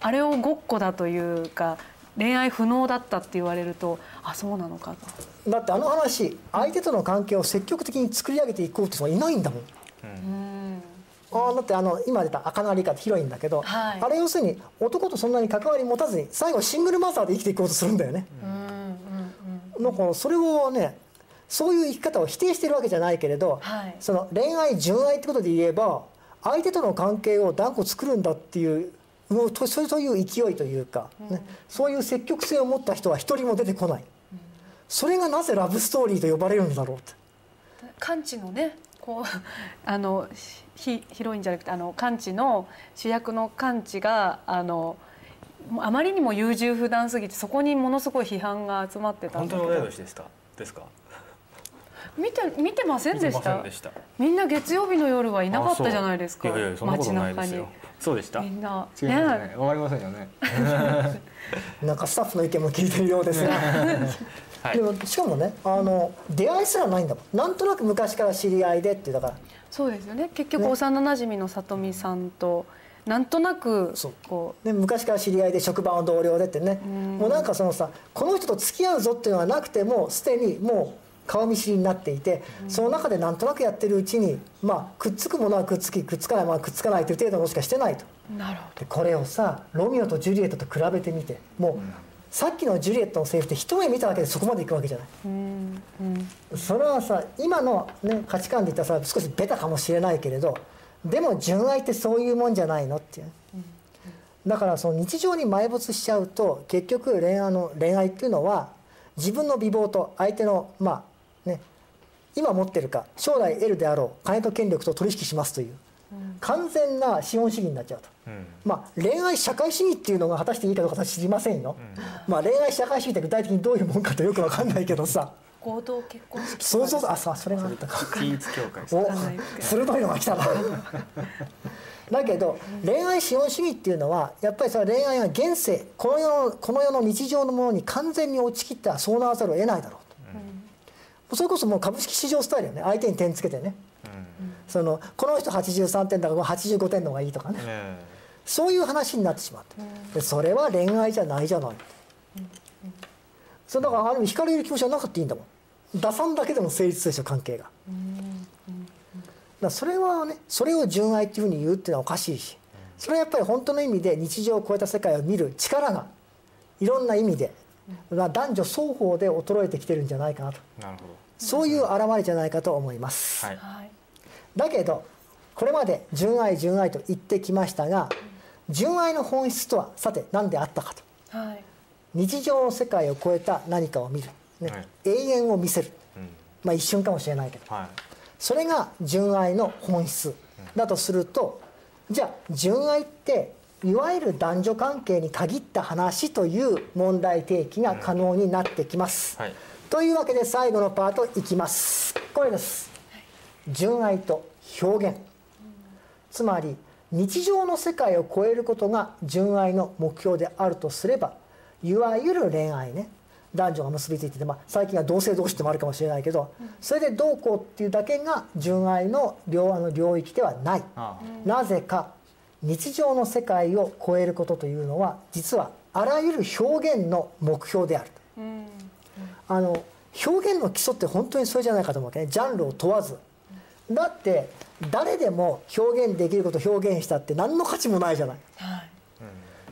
あれをごっこだというか恋愛不能だったって言われると、あ、そうなのかと。
だってあの話、相手との関係を積極的に作り上げていこうって人はいないんだもん。
うん
あだってあの今出た赤名リカってヒロインだけど、はい、あれ要するに男とそんなに関わり持たずに最後シングルマザーで生きていこうとするんだよね。だからそれをね、そういう生き方を否定してるわけじゃないけれど、はい、その恋愛純愛ってことで言えば相手との関係を断固作るんだっていうそういう勢いというか、ね、そういう積極性を持った人は一人も出てこない。それがなぜラブストーリーと呼ばれるんだろうって。
カンチのね、こうあのヒ, ヒロインじゃなくてあのカンチの主役のカンチがあのあまりにも優柔不断すぎてそこにものすごい批判が集まってたんだけど。
本当の同い年でしたですか？
見て見てませんでした。みんな月曜日の夜はいなかったじゃないですか。
いやいやそんなことないですよ。そうでした。
みんな
違いますね。わかりませんよね。
なんかスタッフの意見も聞いてるようですが。はい、でもしかもね、あの出会いすらないんだもん。なんとなく昔から知り合いでってだから。そう
ですよね。結局、ね、幼なじみの里美さんとなんとなく
こう、ね、昔から知り合いで職場の同僚でってね、もうなんかそのさ、この人と付き合うぞっていうのがなくてもすでにもう顔見知りになっていて、その中でなんとなくやってるうちに、まあ、くっつくものはくっつきくっつかないものはくっつかないという程度のしかしてないと。
なるほど。
でこれをさ、ロミオとジュリエットと比べてみて、もう、うん、さっきのジュリエットのセリフって一目見ただけでそこまでいくわけじゃない。うんうん、それはさ、今の、ね、価値観で言ったらさ少しベタかもしれないけれど、でも純愛ってそういうもんじゃないのっていう、うんうん、だからその日常に埋没しちゃうと結局恋愛の恋愛っていうのは自分の美貌と相手のまあね今持ってるか将来得るであろう金と権力と取引しますという、うん、完全な資本主義になっちゃうと、うん、まあ恋愛社会主義っていうのが果たしていいかどうか私知りませんよ、うん、まあ恋愛社会主義って具体的にどういうもんかとよく分かんないけどさ
合同結婚式
そうそうそう、あ、それがあったか。
統一教会
お、鋭いのが来たな。だけど恋愛資本主義っていうのはやっぱりそれは恋愛は現世この世のこの世の日常のものに完全に落ちきったそうならざるを得ないだろうと、うん、それこそもう株式市場スタイルよね。相手に点つけてね、うん、そのこの人はちじゅうさんてんだからはちじゅうごてんの方がいいとかね、うん、そういう話になってしまって、うん、でそれは恋愛じゃないじゃない、うん、それだからある意味惹かれる気持ちはなかったいいんだもん。打算だけでも成立するでしょ関係が。だそれはね、それを純愛っていうふうに言うっていうのはおかしいし、それはやっぱり本当の意味で日常を超えた世界を見る力がいろんな意味で、まあ、男女双方で衰えてきてるんじゃないかなと。
なるほど。
そういう表れじゃないかと思います、はい、だけどこれまで純愛純愛と言ってきましたが、純愛の本質とはさて何であったかと、はい、日常の世界を超えた何かを見る、ね、はい、永遠を見せる、うん、まあ一瞬かもしれないけど、はい、それが純愛の本質だとすると、じゃあ純愛っていわゆる男女関係に限った話という問題提起が可能になってきます、うん、はい、というわけで最後のパートいきます。これです。純愛と表現、つまり日常の世界を超えることが純愛の目標であるとすれば、いわゆる恋愛ね、男女が結びついてて、まあ、最近は同性同士でもあるかもしれないけど、それでどうこうっていうだけが純愛の 領, あの領域ではない。ああ、なぜか日常の世界を超えることというのは実はあらゆる表現の目標である、うんうん、あの表現の基礎って本当にそれじゃないかと思うわけね。ジャンルを問わず。だって誰でも表現できることを表現したって何の価値もないじゃない、はい、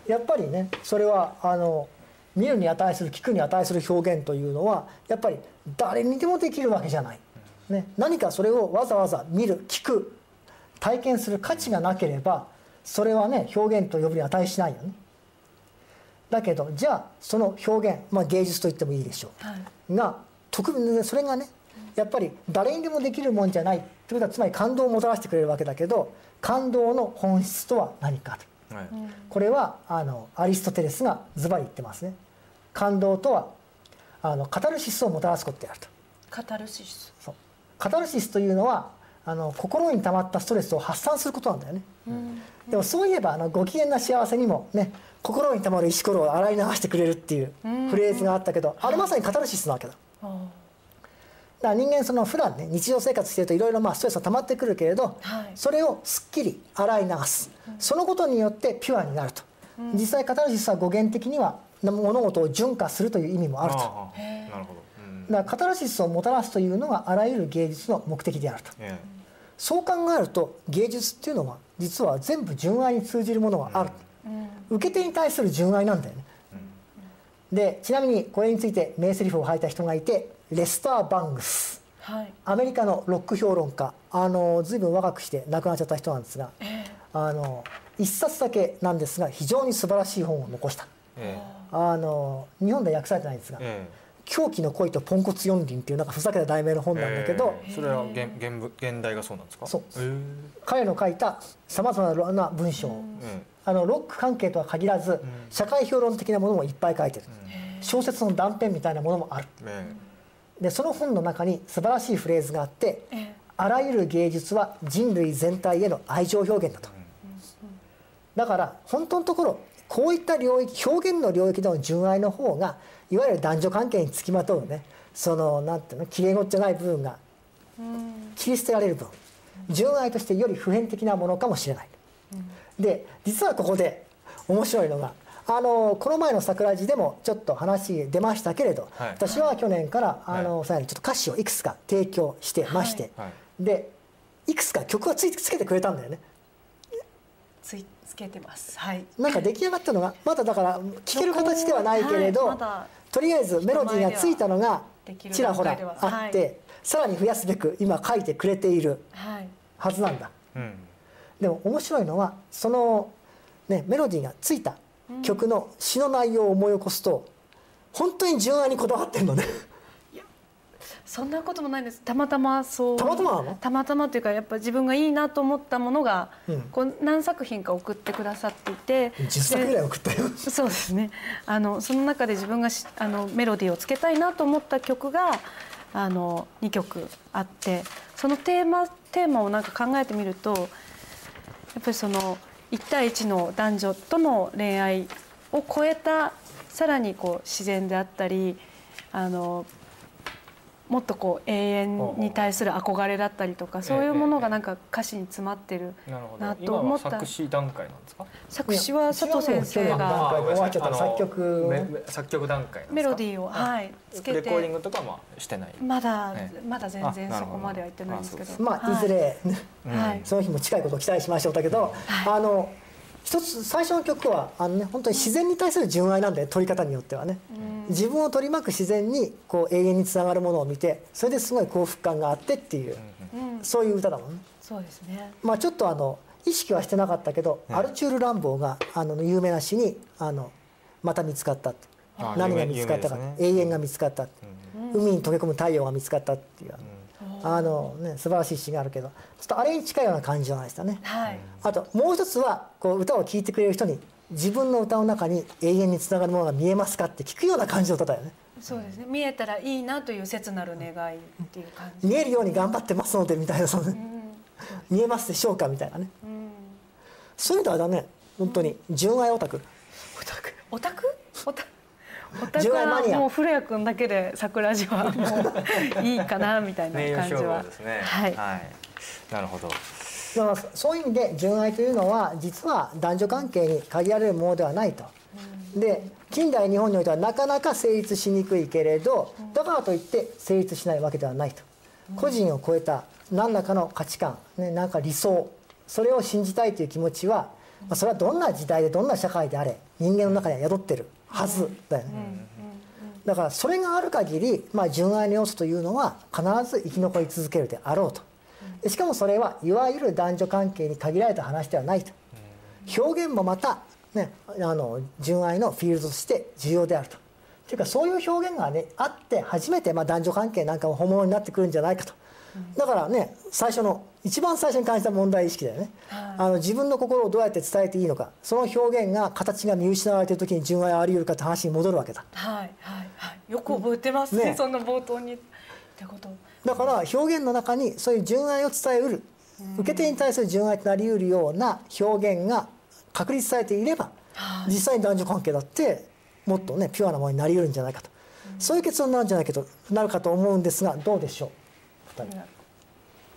やっぱりね、それはあの見るに値する、聞くに値する表現というのはやっぱり誰にでもできるわけじゃない、ね、何かそれをわざわざ見る、聞く、体験する価値がなければそれはね表現と呼ぶに値しないよね。だけどじゃあその表現、まあ、芸術と言ってもいいでしょう、はい、が特別それがねやっぱり誰にでもできるもんじゃないということは、つまり感動をもたらしてくれるわけだけど、感動の本質とは何かと、はい、これはあのアリストテレスがズバリ言ってますね。感動とはあのカタルシスをもたらすことであると。
カタルシス、
そう、カタルシスというのはあの心に溜まったストレスを発散することなんだよね、うん、でもそういえばあのご機嫌な幸せにもね、心に溜まる石ころを洗い流してくれるっていうフレーズがあったけど、あれまさにカタルシスなわけだ。だから人間その普段ね日常生活しているといろいろまあストレスが溜まってくるけれど、はい、それをすっきり洗い流す、うん、そのことによってピュアになると。 実際カタルシスは語源的には物事を純化するという意味もあると。なるほど。だからカタルシスをもたらすというのがあらゆる芸術の目的であると。そう考えると芸術っていうのは実は全部純愛に通じるものがある、うん、受け手に対する純愛なんだよね、うん、でちなみにこれについて名台詞を吐いた人がいてレスター・バングス、はい、アメリカのロック評論家、あの随分若くして亡くなっちゃった人なんですが、えー、あの一冊だけなんですが非常に素晴らしい本を残した、えー、あの日本では訳されてないんですが、えー狂気の恋とポンコツ四輪っていうなんかふざけた題名の本なんだけど、
えー、それは 現, 現, 部現代がそうなんですか？
そう、えー、彼の書いたさまざまな文章、うん、あのロック関係とは限らず、うん、社会評論的なものもいっぱい書いてる、うん、小説の断片みたいなものもある、えー、でその本の中に素晴らしいフレーズがあって、えー、あらゆる芸術は人類全体への愛情表現だと、うん、だから本当のところこういった領域表現の領域での純愛の方がいわゆる男女関係につきまとうねそのなんていうのきれいごっちゃない部分が切り捨てられる分、純愛としてより普遍的なものかもしれない、うん、で実はここで面白いのがあのこの前の桜地でもちょっと話出ましたけれど、はい、私は去年からあの、はい、さらにちょっと歌詞をいくつか提供してまして、はい、でいくつか曲はついつけてくれたんだよね。
ついつけてます、はい、
なんか出来上がったのがまだだから聴ける形ではないけれど、はいま、とりあえずメロディーがついたのがちらほらあって、はい、さらに増やすべく今書いてくれているはずなんだ、はい、でも面白いのはその、ね、メロディーがついた曲の詩の内容を思い起こすと本当に純愛にこだわってるのね。
そんなこともないんです。たまたまそう
たまたまなの？
たまたまというかやっぱ自分がいいなと思ったものが、うん、こう何作品か送ってくださっていて
じゅっさくぐらい送ったよ。
そうですね。あのその中で自分があのメロディーをつけたいなと思った曲があのにきょくあってそのテーマテーマをなんか考えてみるとやっぱりそのいち対いちの男女との恋愛を超えたさらにこう自然であったりあのもっとこう永遠に対する憧れだったりとかそういうものがなんか歌詞に詰まってるなと思った。
今は作詞段階なんですか？
作詞は佐藤先生が
終わっちゃった作曲
作曲段階
メロディーをはいつけて
レコーディングとかはしてない。
まだまだ全然そこまでは行ってないんですけど。
まあいずれその日も近いことを期待しましょうだけどあの。一つ最初の曲はあの、ね、本当に自然に対する純愛なんで撮り方によってはね、うん、自分を取り巻く自然にこう永遠につながるものを見てそれですごい幸福感があってっていう、うん、そういう歌だもんね。
そうですね。
まあちょっとあの意識はしてなかったけど、うん、アルチュール・ランボーがあの有名な詩にあのまた見つかったって、何が見つかったか、ね、永遠が見つかったって、うん、海に溶け込む太陽が見つかったっていう。あのね、素晴らしい詩があるけどちょっとあれに近いような感じじゃないですかね、はい、あともう一つはこう歌を聴いてくれる人に自分の歌の中に永遠につながるものが見えますかって聞くような感じの歌だよね。
そうですね。見えたらいいなという切なる願いっていう感じ、
見えるように頑張ってますのでみたいなその、ねうん、見えますでしょうかみたいなね、うん、そういうのはだね本当に純愛オタク、
オタクオタクオタクおたくはもう古谷君だけで桜地はもういいかなみたいな感じは。
ですね。はい。はい。なるほど。
だからそういう意味で純愛というのは実は男女関係に限られるものではないと。うん、で近代日本においてはなかなか成立しにくいけれど、だからといって成立しないわけではないと。うん、個人を超えた何らかの価値観、ね、なんか理想、それを信じたいという気持ちは、まあ、それはどんな時代でどんな社会であれ人間の中には宿ってるはずだよね。だからそれがある限り、まあ、純愛の要素というのは必ず生き残り続けるであろうと。しかもそれはいわゆる男女関係に限られた話ではないと。表現もまた、ね、あの純愛のフィールドとして重要であると。というかそういう表現が、ね、あって初めて、まあ、男女関係なんかも本物になってくるんじゃないかと。だからね最初の一番最初に感じた問題意識だよね、はい、あの自分の心をどうやって伝えていいのか、その表現が形が見失われている時に純愛はあり得るかって話に戻るわけだ。
はいはいはい、よく覚えてますね、ね、そんな冒頭にってこと
だから表現の中にそういう純愛を伝えうる、うん、受け手に対する純愛となりうるような表現が確立されていれば、はい、実際に男女関係だってもっとねピュアなものになりうるんじゃないかと、うん、そういう結論になるんじゃないかとなるかと思うんですがどうでしょうふたり。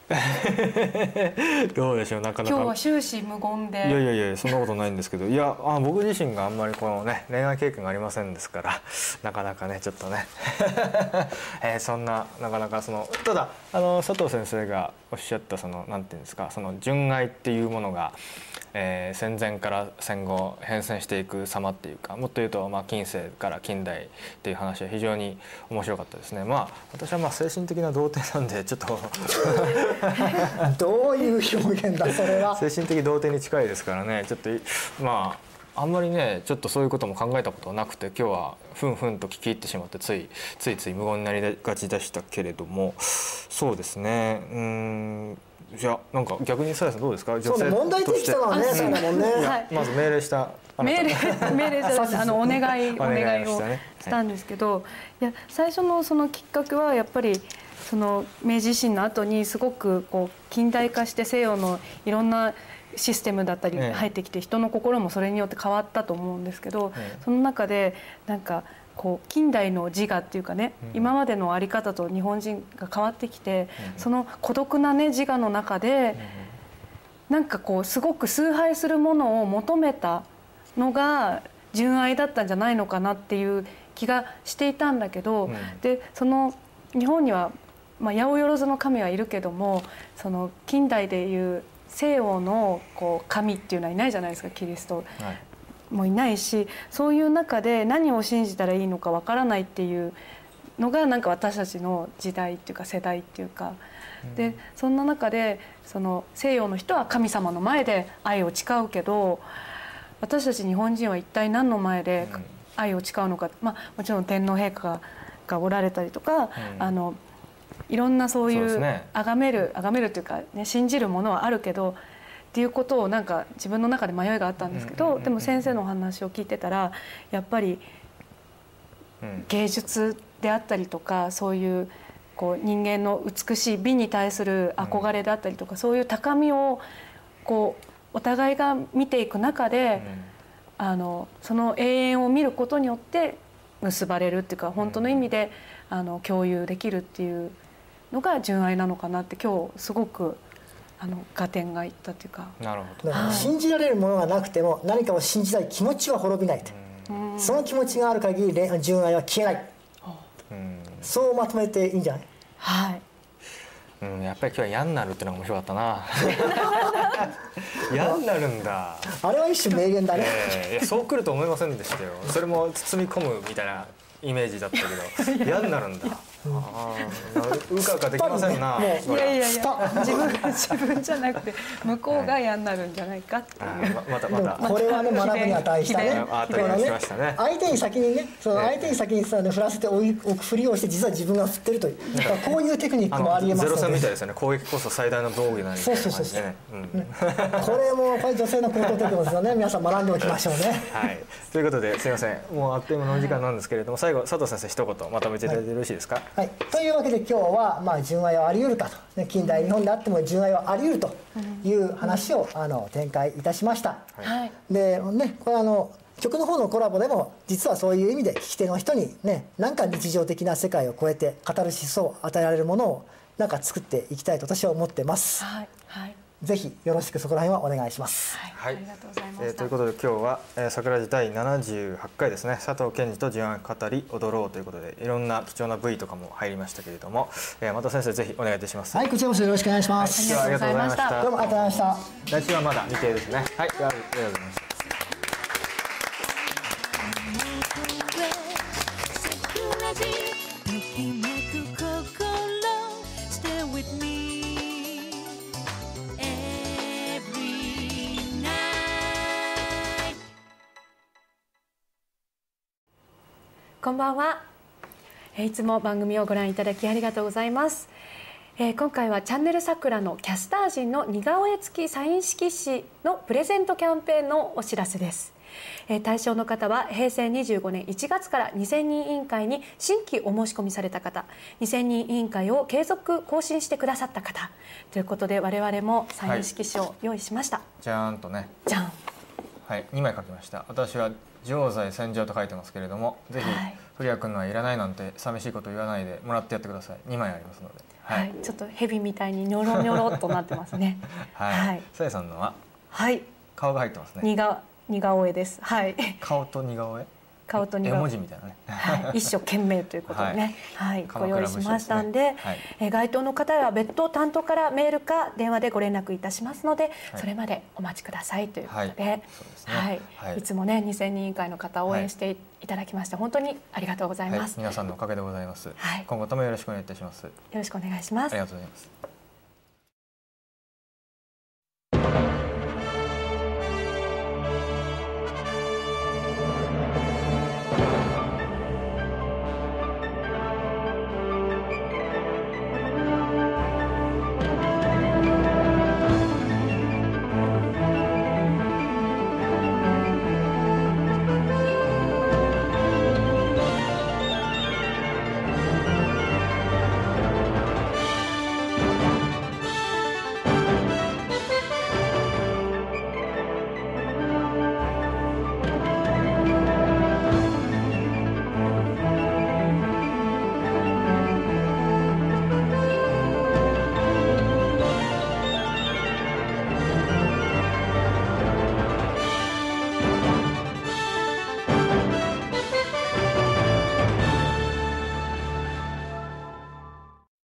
どうでしょう、なかなか
今日は終始無言で。
いやいやいや、そんなことないんですけど、いやあ僕自身があんまりこのね恋愛経験がありませんですから、なかなかねちょっとね、えー、そんななかなかそのただあの佐藤先生がおっしゃったそのなんていうんですか、その純愛っていうものが、えー、戦前から戦後変遷していく様っていうか、もっと言うとまあ近世から近代っていう話は非常に面白かったですね。まあ私はまあ精神的な童貞なんでちょっと
どういう表現だそれは。
精神的童貞に近いですからね、ちょっとまああんまりねちょっとそういうことも考えたことはなくて、今日はふんふんと聞き入ってしまってついついつい無言になりがちでしたけれども、そうですね、うーん、じゃあなんか逆にさやさんどうですか、女性として。
そう問題提起したのはね、そうだもんね。
まず命令した
命令命令じゃなくてあのお願いお願いをしたんですけど、いや最初のそのきっかけはやっぱりその明治維新の後にすごくこう近代化して西洋のいろんなシステムだったり入ってきて、人の心もそれによって変わったと思うんですけど、その中でなんかこう近代の自我っていうかね、今までの在り方と日本人が変わってきて、その孤独なね自我の中でなんかこうすごく崇拝するものを求めたのが純愛だったんじゃないのかなっていう気がしていたんだけど、でその日本にはまあ八百万の神はいるけども、その近代でいう西洋のこう神っていうのはいないじゃないですか、キリストもいないし、そういう中で何を信じたらいいのかわからないっていうのがなんか私たちの時代っていうか世代っていうか、でそんな中でその西洋の人は神様の前で愛を誓うけど、私たち日本人は一体何の前で愛を誓うのか、まあ、もちろん天皇陛下がおられたりとか、うん、あのいろんなそういう崇める崇めるというか、ね、信じるものはあるけどっていうことをなんか自分の中で迷いがあったんですけど、でも先生のお話を聞いてたらやっぱり芸術であったりとか、そういうこう人間の美しい美に対する憧れであったりとか、そういう高みをこうお互いが見ていく中で、うん、あのその永遠を見ることによって結ばれるっていうか、本当の意味であの共有できるっていうのが純愛なのかなって今日すごくあの合点がいったっていうか。
なるほど。
だから信じられるものがなくても何かを信じたい気持ちは滅びないと、うん、その気持ちがある限り純愛は消えない、うん、そうまとめていいんじゃない？
はい。
うん、やっぱり今日は嫌になるっていうのが面白かったな。嫌になるんだ。
あれは一種名言だね。
えー、いやそう来ると思いませんでしたよ。それも包み込むみたいなイメージだったけど、嫌になるんだ。ああ、うかうかできませんな。
いやいやいや、自分自分じゃなくて向こうが嫌になるんじゃないかっていう。
またまた。
これはね学ぶに値したね。相手に先にね、その相手に先にさ振らせて置くふりをして実は自分が振ってるという。こういうテクニックもありえますので。
ゼロさんみたいですよね。攻撃こそ最大の道具なんで。
そうそうそうそう。これもこれ女性の高等テクニックですよね。皆さん学んでおきましょうね。
はい。ということですみません。もうあっという間のお時間なんですけれども、最後佐藤先生一言まとめていただいてよろしいですか。
はい、というわけで今日は、まあ、純愛はあり得るかと、ね、近代日本であっても純愛はあり得るという話を、あの展開いたしました。はい、でね、これあの曲の方のコラボでも実はそういう意味で聞き手の人にね、なんか日常的な世界を超えてカタルシスを与えられるものをなんか作っていきたいと私は思ってます。はいはい、ぜひよろしくそこら辺はお願いします。
はい、ありがとうございました。
えー、ということで今日は、えー、桜地第ななじゅうはちかいですね、佐藤健二と純愛語り踊ろうということでいろんな貴重な ブイ とかも入りましたけれども、えー、また先生ぜひお願いいたします。
はい、こちらこそよろしくお願いします。
はい、ありがとうございました。
どうもありがとうございました。
来週はまだ未定ですね。はい、ありがとうございました。
こんばんは。いつも番組をご覧いただきありがとうございます。えー、今回はチャンネル桜のキャスター陣の似顔絵付きサイン色紙のプレゼントキャンペーンのお知らせです。えー、対象の方はへいせいにじゅうごねんいちがつからにせんにん委員会に新規お申し込みされた方、にせんにん委員会を継続更新してくださった方ということで、我々もサイン色紙を用意しました。はい、
じゃーんとね。
じゃん。
はい、にまい書きました。私は常在戦場と書いてますけれども、ぜひ古谷君のはいらないなんて寂しいこと言わないでもらってやってください。にまいありますので。
はい、ちょっと蛇みたいにニョロニョロっとなってますね。
はい。さやさんのは、
はい、
顔が入ってますね。
似顔似顔絵です。はい。
顔と似顔絵。
顔と似顔絵。
絵文字みたいなね。
はい、一生懸命ということでね、はい、ご用意しましたんで、え該当の方は別途担当からメールか電話でご連絡いたしますので、それまでお待ちくださいということで、はい、いつもねにせんにん委員会の方応援していただきまして本当にありがとうございます。
皆さんのおかげでございます。今後ともよろしくお願いいたします。よ
ろしくお願いします。
ありがとうございます。